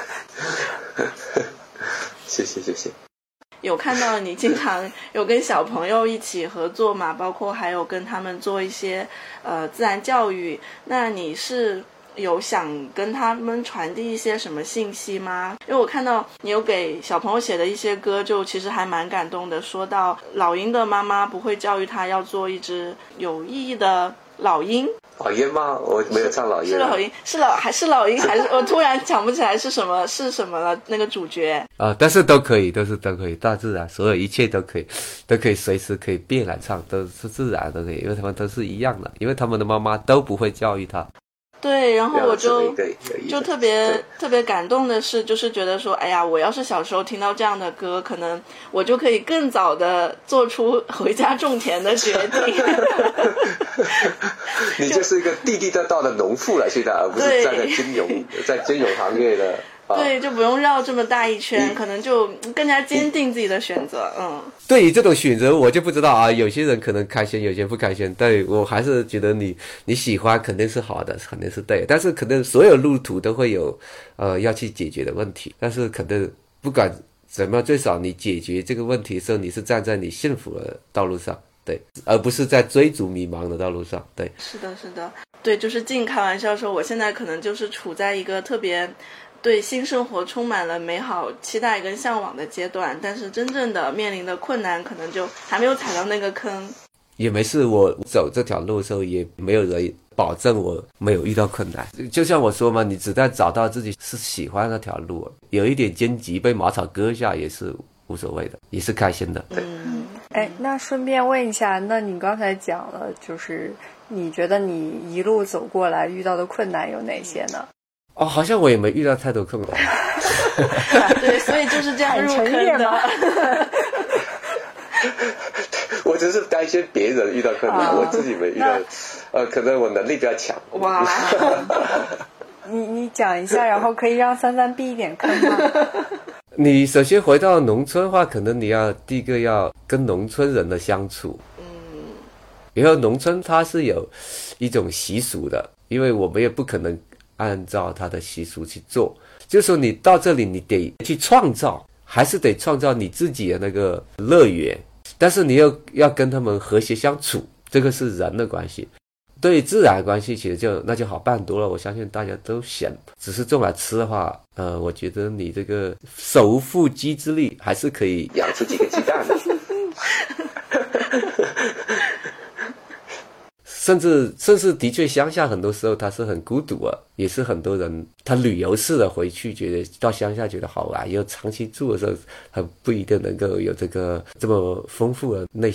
[SPEAKER 5] 谢谢谢谢。
[SPEAKER 3] 有看到你经常有跟小朋友一起合作嘛，包括还有跟他们做一些呃自然教育，那你是有想跟他们传递一些什么信息吗？因为我看到你有给小朋友写的一些歌，就其实还蛮感动的，说到老鹰的妈妈不会教育他要做一只有意义的老鹰。
[SPEAKER 5] 老鹰吗？我没有唱老鹰。
[SPEAKER 3] 是老鹰，是老还是老鹰还是我突然想不起来是什么是什么了那个主角
[SPEAKER 2] 啊，但是都可以，都是都可以，大自然所有一切都可以，都可以随时可以变来唱，都是自然都可以，因为他们都是一样的，因为他们的妈妈都不会教育他。
[SPEAKER 3] 对，然后我就就特别特别感动的是，就是觉得说，哎呀，我要是小时候听到这样的歌，可能我就可以更早的做出回家种田的决定。
[SPEAKER 5] 你就是一个地地道道的农妇了，现在，而不是在在金融在金融行业的。
[SPEAKER 3] 对，就不用绕这么大一圈，可能就更加坚定自己的选择。嗯，
[SPEAKER 2] 对于这种选择，我就不知道啊。有些人可能开心，有些人不开心。但我还是觉得你你喜欢肯定是好的，肯定是对的。但是可能所有路途都会有呃要去解决的问题。但是可能不管怎么样，最少你解决这个问题的时候，你是站在你幸福的道路上，对，而不是在追逐迷茫的道路上。对，
[SPEAKER 3] 是的，是的，对，就是静开玩笑说，我现在可能就是处在一个特别对新生活充满了美好期待跟向往的阶段，但是真正的面临的困难可能就还没有踩到那个坑。
[SPEAKER 2] 也没事，我走这条路的时候也没有人保证我没有遇到困难，就像我说嘛，你只在找到自己是喜欢那条路，有一点荆棘被茅草割下也是无所谓的，也是开心的。
[SPEAKER 3] 嗯，
[SPEAKER 4] 哎，那顺便问一下，那你刚才讲了，就是你觉得你一路走过来遇到的困难有哪些呢？
[SPEAKER 2] 哦，好像我也没遇到太多困难。
[SPEAKER 3] 对，所以就是这样入坑的。
[SPEAKER 5] 我只是担心别人遇到困难，我自己没遇到。呃，可能我能力比较强。
[SPEAKER 3] 哇！
[SPEAKER 4] 你你讲一下，然后可以让三三避一点坑吗？
[SPEAKER 2] 你首先回到农村的话，可能你要第一个要跟农村人的相处。嗯。因为农村它是有一种习俗的，因为我们也不可能按照他的习俗去做，就是说你到这里你得去创造，还是得创造你自己的那个乐园，但是你又要跟他们和谐相处，这个是人的关系。对自然关系其实就那就好办多了，我相信大家都想，只是种来吃的话，呃，我觉得你这个手无缚鸡之力还是可以
[SPEAKER 5] 养出几个鸡蛋的。
[SPEAKER 2] 甚至甚至的确乡下很多时候它是很孤独啊，也是很多人他旅游式的回去觉得到乡下觉得好玩，又长期住的时候他不一定能够有这个这么丰富的内心。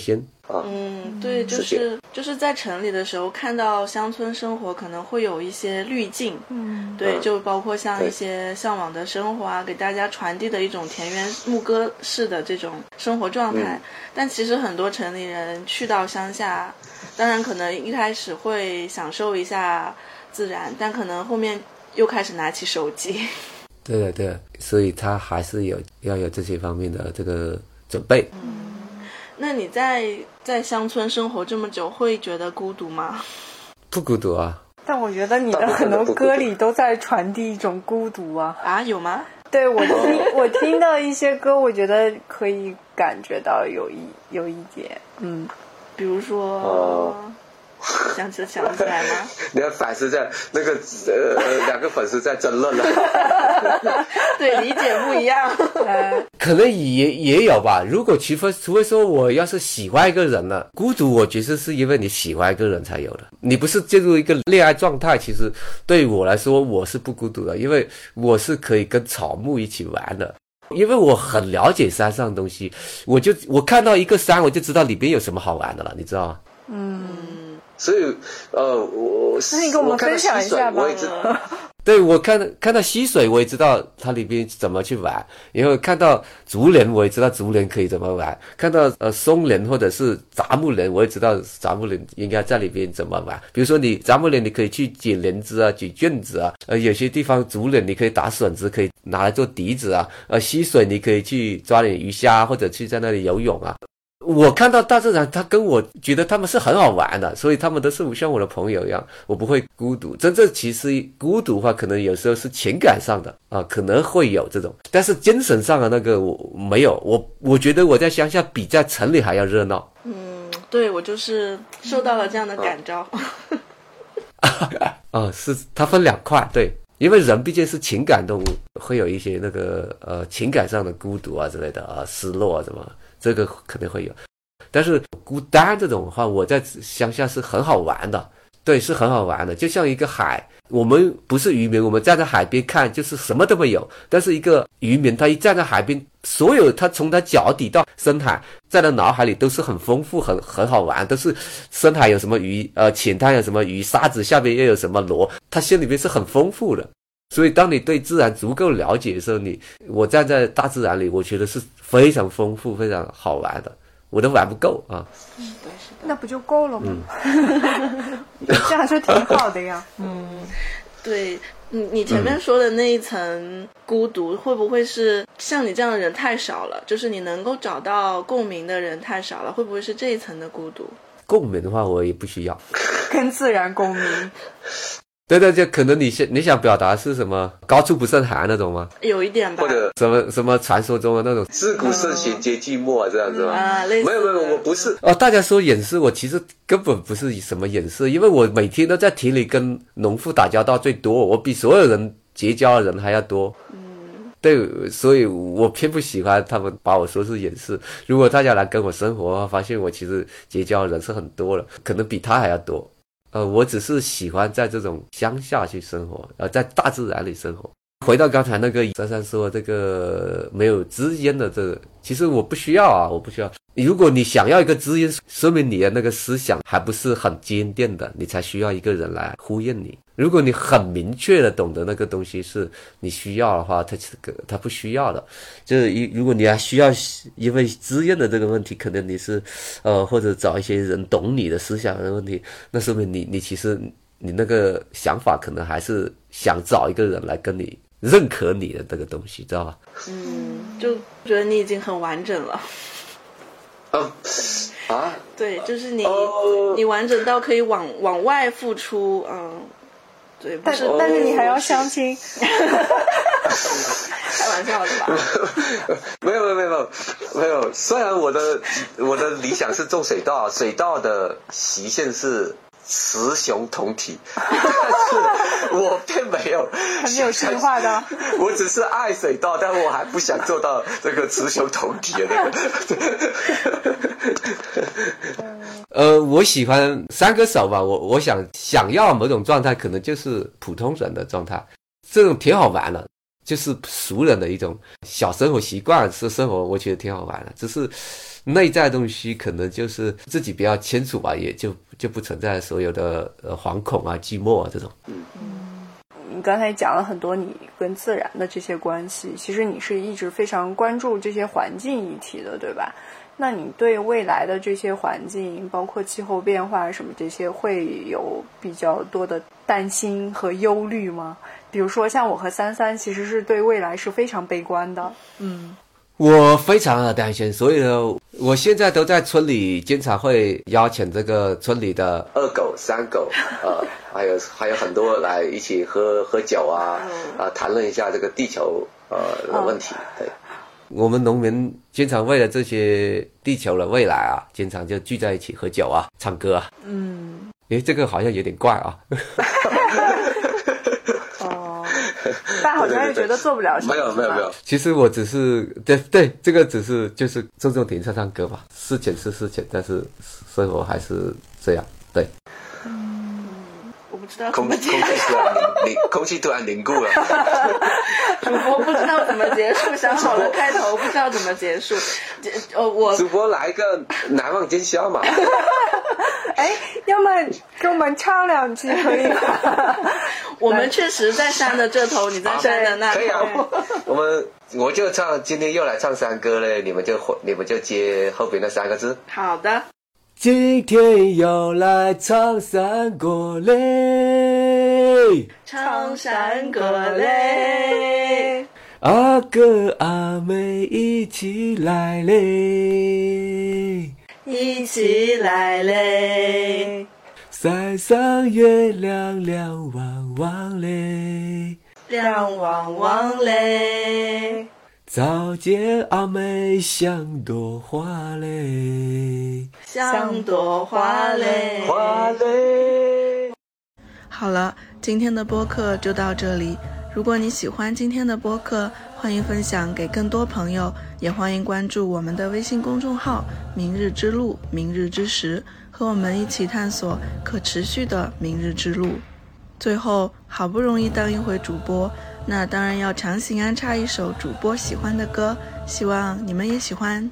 [SPEAKER 5] 啊。
[SPEAKER 3] 嗯，对，就
[SPEAKER 5] 世界
[SPEAKER 3] 是就是在城里的时候看到乡村生活可能会有一些滤镜，
[SPEAKER 4] 嗯，
[SPEAKER 3] 对，
[SPEAKER 5] 嗯
[SPEAKER 3] 就包括像
[SPEAKER 5] 对
[SPEAKER 3] 一些向往的生活啊，给大家传递的一种田园牧歌式的这种生活状态。
[SPEAKER 5] 嗯
[SPEAKER 3] 但其实很多城里人去到乡下，当然可能一开始会享受一下自然，但可能后面又开始拿起手机。
[SPEAKER 2] 对的对的，所以他还是有要有这些方面的这个准备。
[SPEAKER 3] 那你在在乡村生活这么久，会觉得孤独吗？
[SPEAKER 2] 不孤独啊。
[SPEAKER 4] 但我觉得你的很多歌里都在传递一种孤独啊。
[SPEAKER 3] 啊，有吗？
[SPEAKER 4] 对，我听我听的一些歌，我觉得可以感觉到有一有一点，嗯，
[SPEAKER 3] 比如说，
[SPEAKER 5] 哦
[SPEAKER 3] 想起想起来吗？
[SPEAKER 5] 你看粉丝在那个呃两个粉丝在争论了。
[SPEAKER 3] 对，理解不一样。
[SPEAKER 4] 呃，
[SPEAKER 2] 可能也也有吧。如果除非除非说我要是喜欢一个人了，孤独我觉得是因为你喜欢一个人才有的。你不是进入一个恋爱状态，其实对我来说我是不孤独的，因为我是可以跟草木一起玩的。因为我很了解山上的东西，我就我看到一个山，我就知道里边有什么好玩的了，你知道吗？
[SPEAKER 4] 嗯，
[SPEAKER 5] 所以呃，我
[SPEAKER 4] 那你跟我们分享一下吧。
[SPEAKER 5] 我也知道。
[SPEAKER 2] 对，我看看到溪水，我也知道它里边怎么去玩；然后看到竹林，我也知道竹林可以怎么玩；看到呃松林或者是杂木林，我也知道杂木林应该在里边怎么玩。比如说你杂木林，你可以去捡莲子啊，捡卷子啊；呃，有些地方竹林你可以打笋子，可以拿来做笛子啊；呃，溪水你可以去抓点鱼虾，或者去在那里游泳啊。我看到大自然，他跟我觉得他们是很好玩的，所以他们都是像我的朋友一样，我不会孤独。真正其实孤独的话，可能有时候是情感上的啊，可能会有这种，但是精神上的那个我没有。我我觉得我在乡下比在城里还要热闹。
[SPEAKER 3] 嗯，对，我就是受到了这样的感召。
[SPEAKER 2] 啊，是它分两块，对。因为人毕竟是情感动物，会有一些那个呃情感上的孤独啊之类的啊，失落啊什么，这个肯定会有。但是孤单这种的话，我在乡下是很好玩的，对，是很好玩的。就像一个海，我们不是渔民，我们站在海边看就是什么都没有，但是一个渔民他一站在海边，所有他从他脚底到深海，在他脑海里都是很丰富，很很好玩，都是深海有什么鱼，呃，浅滩有什么鱼，沙子下面又有什么螺，他心里面是很丰富的。所以当你对自然足够了解的时候，你我站在大自然里，我觉得是非常丰富、非常好玩的，我都玩不够啊。
[SPEAKER 3] 嗯，对，是的。
[SPEAKER 4] 那不就够了吗？嗯、这样是挺好的呀。嗯，
[SPEAKER 3] 对。你你前面说的那一层孤独，会不会是像你这样的人太少了？就是你能够找到共鸣的人太少了，会不会是这一层的孤独？
[SPEAKER 2] 共鸣的话，我也不需要。
[SPEAKER 4] 跟自然共鸣。
[SPEAKER 2] 对对，就可能你想你想表达是什么高处不胜寒那种吗？
[SPEAKER 3] 有一点吧。
[SPEAKER 5] 或者
[SPEAKER 2] 什么什么传说中的那种
[SPEAKER 5] 自古圣贤皆寂寞啊，这样子吗？
[SPEAKER 3] 啊，类似
[SPEAKER 5] 没有没有，我不是。
[SPEAKER 2] 哦，大家说掩饰，我其实根本不是什么掩饰，因为我每天都在田里跟农妇打交道最多，我比所有人结交的人还要多。嗯，对，所以我偏不喜欢他们把我说是掩饰。如果大家来跟我生活的话，发现我其实结交的人是很多了，可能比他还要多。呃，我只是喜欢在这种乡下去生活，呃，在大自然里生活。回到刚才那个珊珊说这个没有知音的这个，其实我不需要啊，我不需要。如果你想要一个知音，说明你的那个思想还不是很坚定的，你才需要一个人来呼应你。如果你很明确的懂得那个东西是你需要的话，他他不需要的。就是如果你还需要因为知音的这个问题，可能你是呃或者找一些人懂你的思想的问题，那说明你你其实你那个想法可能还是想找一个人来跟你认可你的这个东西，知道吧？
[SPEAKER 3] 嗯，就觉得你已经很完整了。
[SPEAKER 5] 啊啊，
[SPEAKER 3] 对，就是你、
[SPEAKER 5] 哦、
[SPEAKER 3] 你完整到可以往往外付出，嗯，对，不是，
[SPEAKER 4] 但但是你还要相亲，
[SPEAKER 3] 开玩笑的吧？
[SPEAKER 5] 没有没有没有没有，虽然我的我的理想是种水稻，水稻的习性是雌雄同体，但是我并没有，
[SPEAKER 4] 还没有进化的。
[SPEAKER 5] 我只是爱水稻，但我还不想做到这个雌雄同体的那个。
[SPEAKER 2] 呃，我喜欢三个手吧，我我想想要某种状态，可能就是普通人的状态，这种挺好玩的。 就是俗人的一种小生活习惯，是生活，我觉得挺好玩的。只是内在的东西可能就是自己比较清楚吧，也就就不存在所有的呃惶恐啊、寂寞啊这种。
[SPEAKER 4] 嗯，你刚才讲了很多你跟自然的这些关系，其实你是一直非常关注这些环境议题的，对吧？那你对未来的这些环境，包括气候变化什么这些，会有比较多的担心和忧虑吗？比如说像我和三三其实是对未来是非常悲观的。
[SPEAKER 3] 嗯，
[SPEAKER 2] 我非常的担心，所以呢，我现在都在村里，经常会邀请这个村里的
[SPEAKER 5] 二狗、三狗，呃，还有还有很多来一起喝喝酒啊，啊、呃，谈论一下这个地球呃的问题。对，
[SPEAKER 2] 我们农民经常为了这些地球的未来啊，经常就聚在一起喝酒啊、唱歌啊。
[SPEAKER 4] 嗯，
[SPEAKER 2] 诶，这个好像有点怪啊。
[SPEAKER 4] 哦，但好像又觉得做不了什么。
[SPEAKER 5] 没有没有没有，
[SPEAKER 2] 其实我只是对对，这个只是就是郑重点唱唱歌嘛，事情是事情，但是生活还是这样。对。
[SPEAKER 3] 我不知道怎
[SPEAKER 5] 空
[SPEAKER 3] 么结
[SPEAKER 5] 空气
[SPEAKER 3] 束，
[SPEAKER 5] 突然凝凝，空气突然凝固了。
[SPEAKER 3] 主播不知道怎么结束，想好了开头，不知道怎么结束。这呃，我
[SPEAKER 5] 主播来一个难忘今宵嘛。
[SPEAKER 4] 哎，要么给我们唱两句可以吗？
[SPEAKER 3] 我们确实在山的这头，你在山的那
[SPEAKER 5] 可以啊
[SPEAKER 3] 头。，
[SPEAKER 5] 我们我就唱，今天又来唱山歌嘞，你们就你们就接后边那三个字。
[SPEAKER 3] 好的。
[SPEAKER 1] 今天又来唱山歌嘞，
[SPEAKER 3] 唱山歌嘞，
[SPEAKER 1] 阿哥阿妹一起来嘞，
[SPEAKER 3] 一起来嘞，
[SPEAKER 1] 山上月亮亮汪汪嘞，
[SPEAKER 3] 亮汪汪嘞，
[SPEAKER 1] 早见阿妹像朵花嘞，
[SPEAKER 3] 像朵花嘞。
[SPEAKER 5] 花嘞。
[SPEAKER 3] 好了，今天的播客就到这里。如果你喜欢今天的播客，欢迎分享给更多朋友，也欢迎关注我们的微信公众号“明日之路”、“明日之时”，和我们一起探索可持续的明日之路。最后，好不容易当一回主播，那当然要强行安插一首主播喜欢的歌，希望你们也喜欢。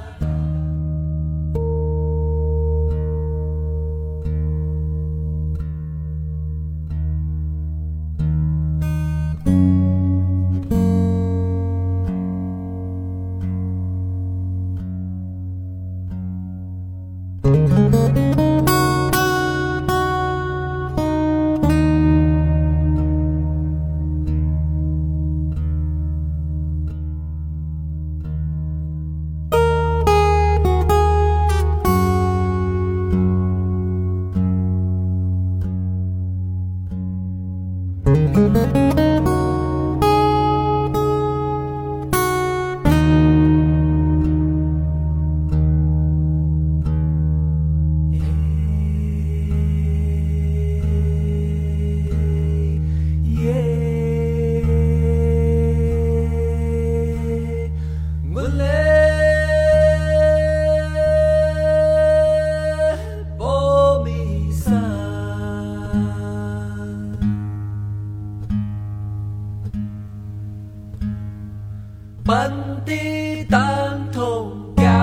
[SPEAKER 1] 本地當同教，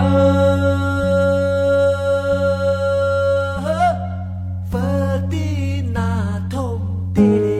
[SPEAKER 1] 佛地那同地。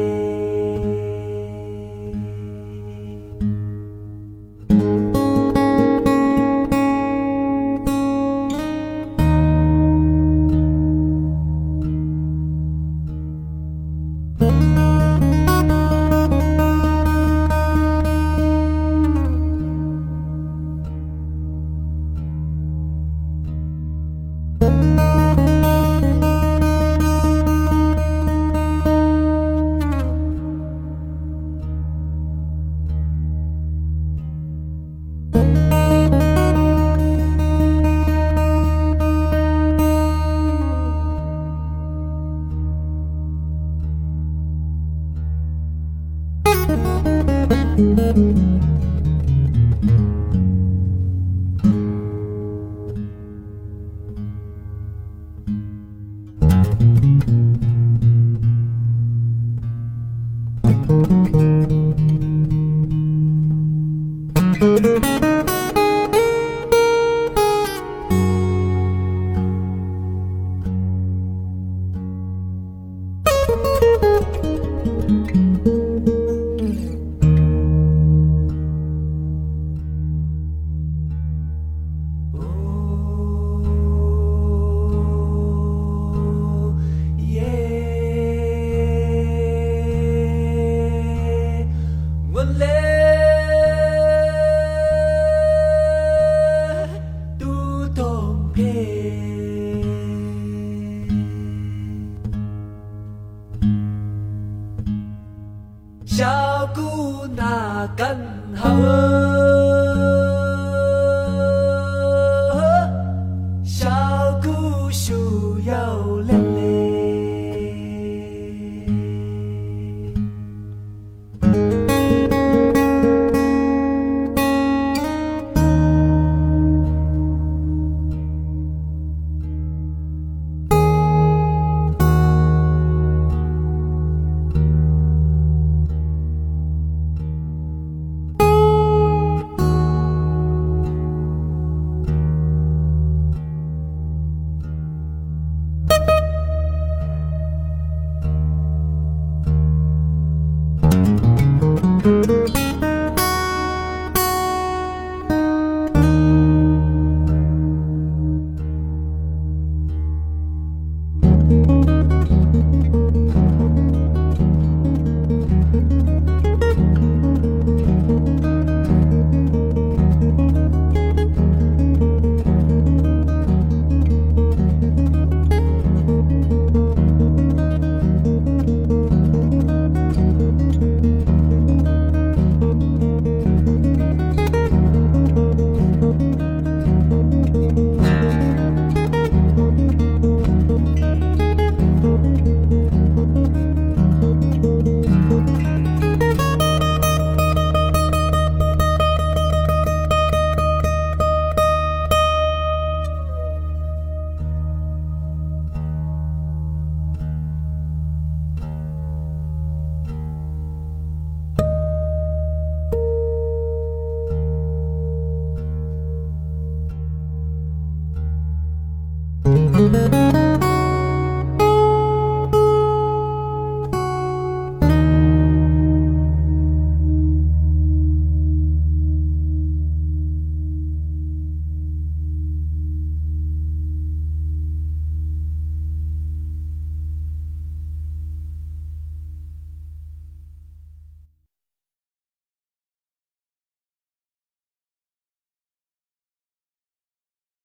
[SPEAKER 1] 小姑那干好，小姑需要亮嘞。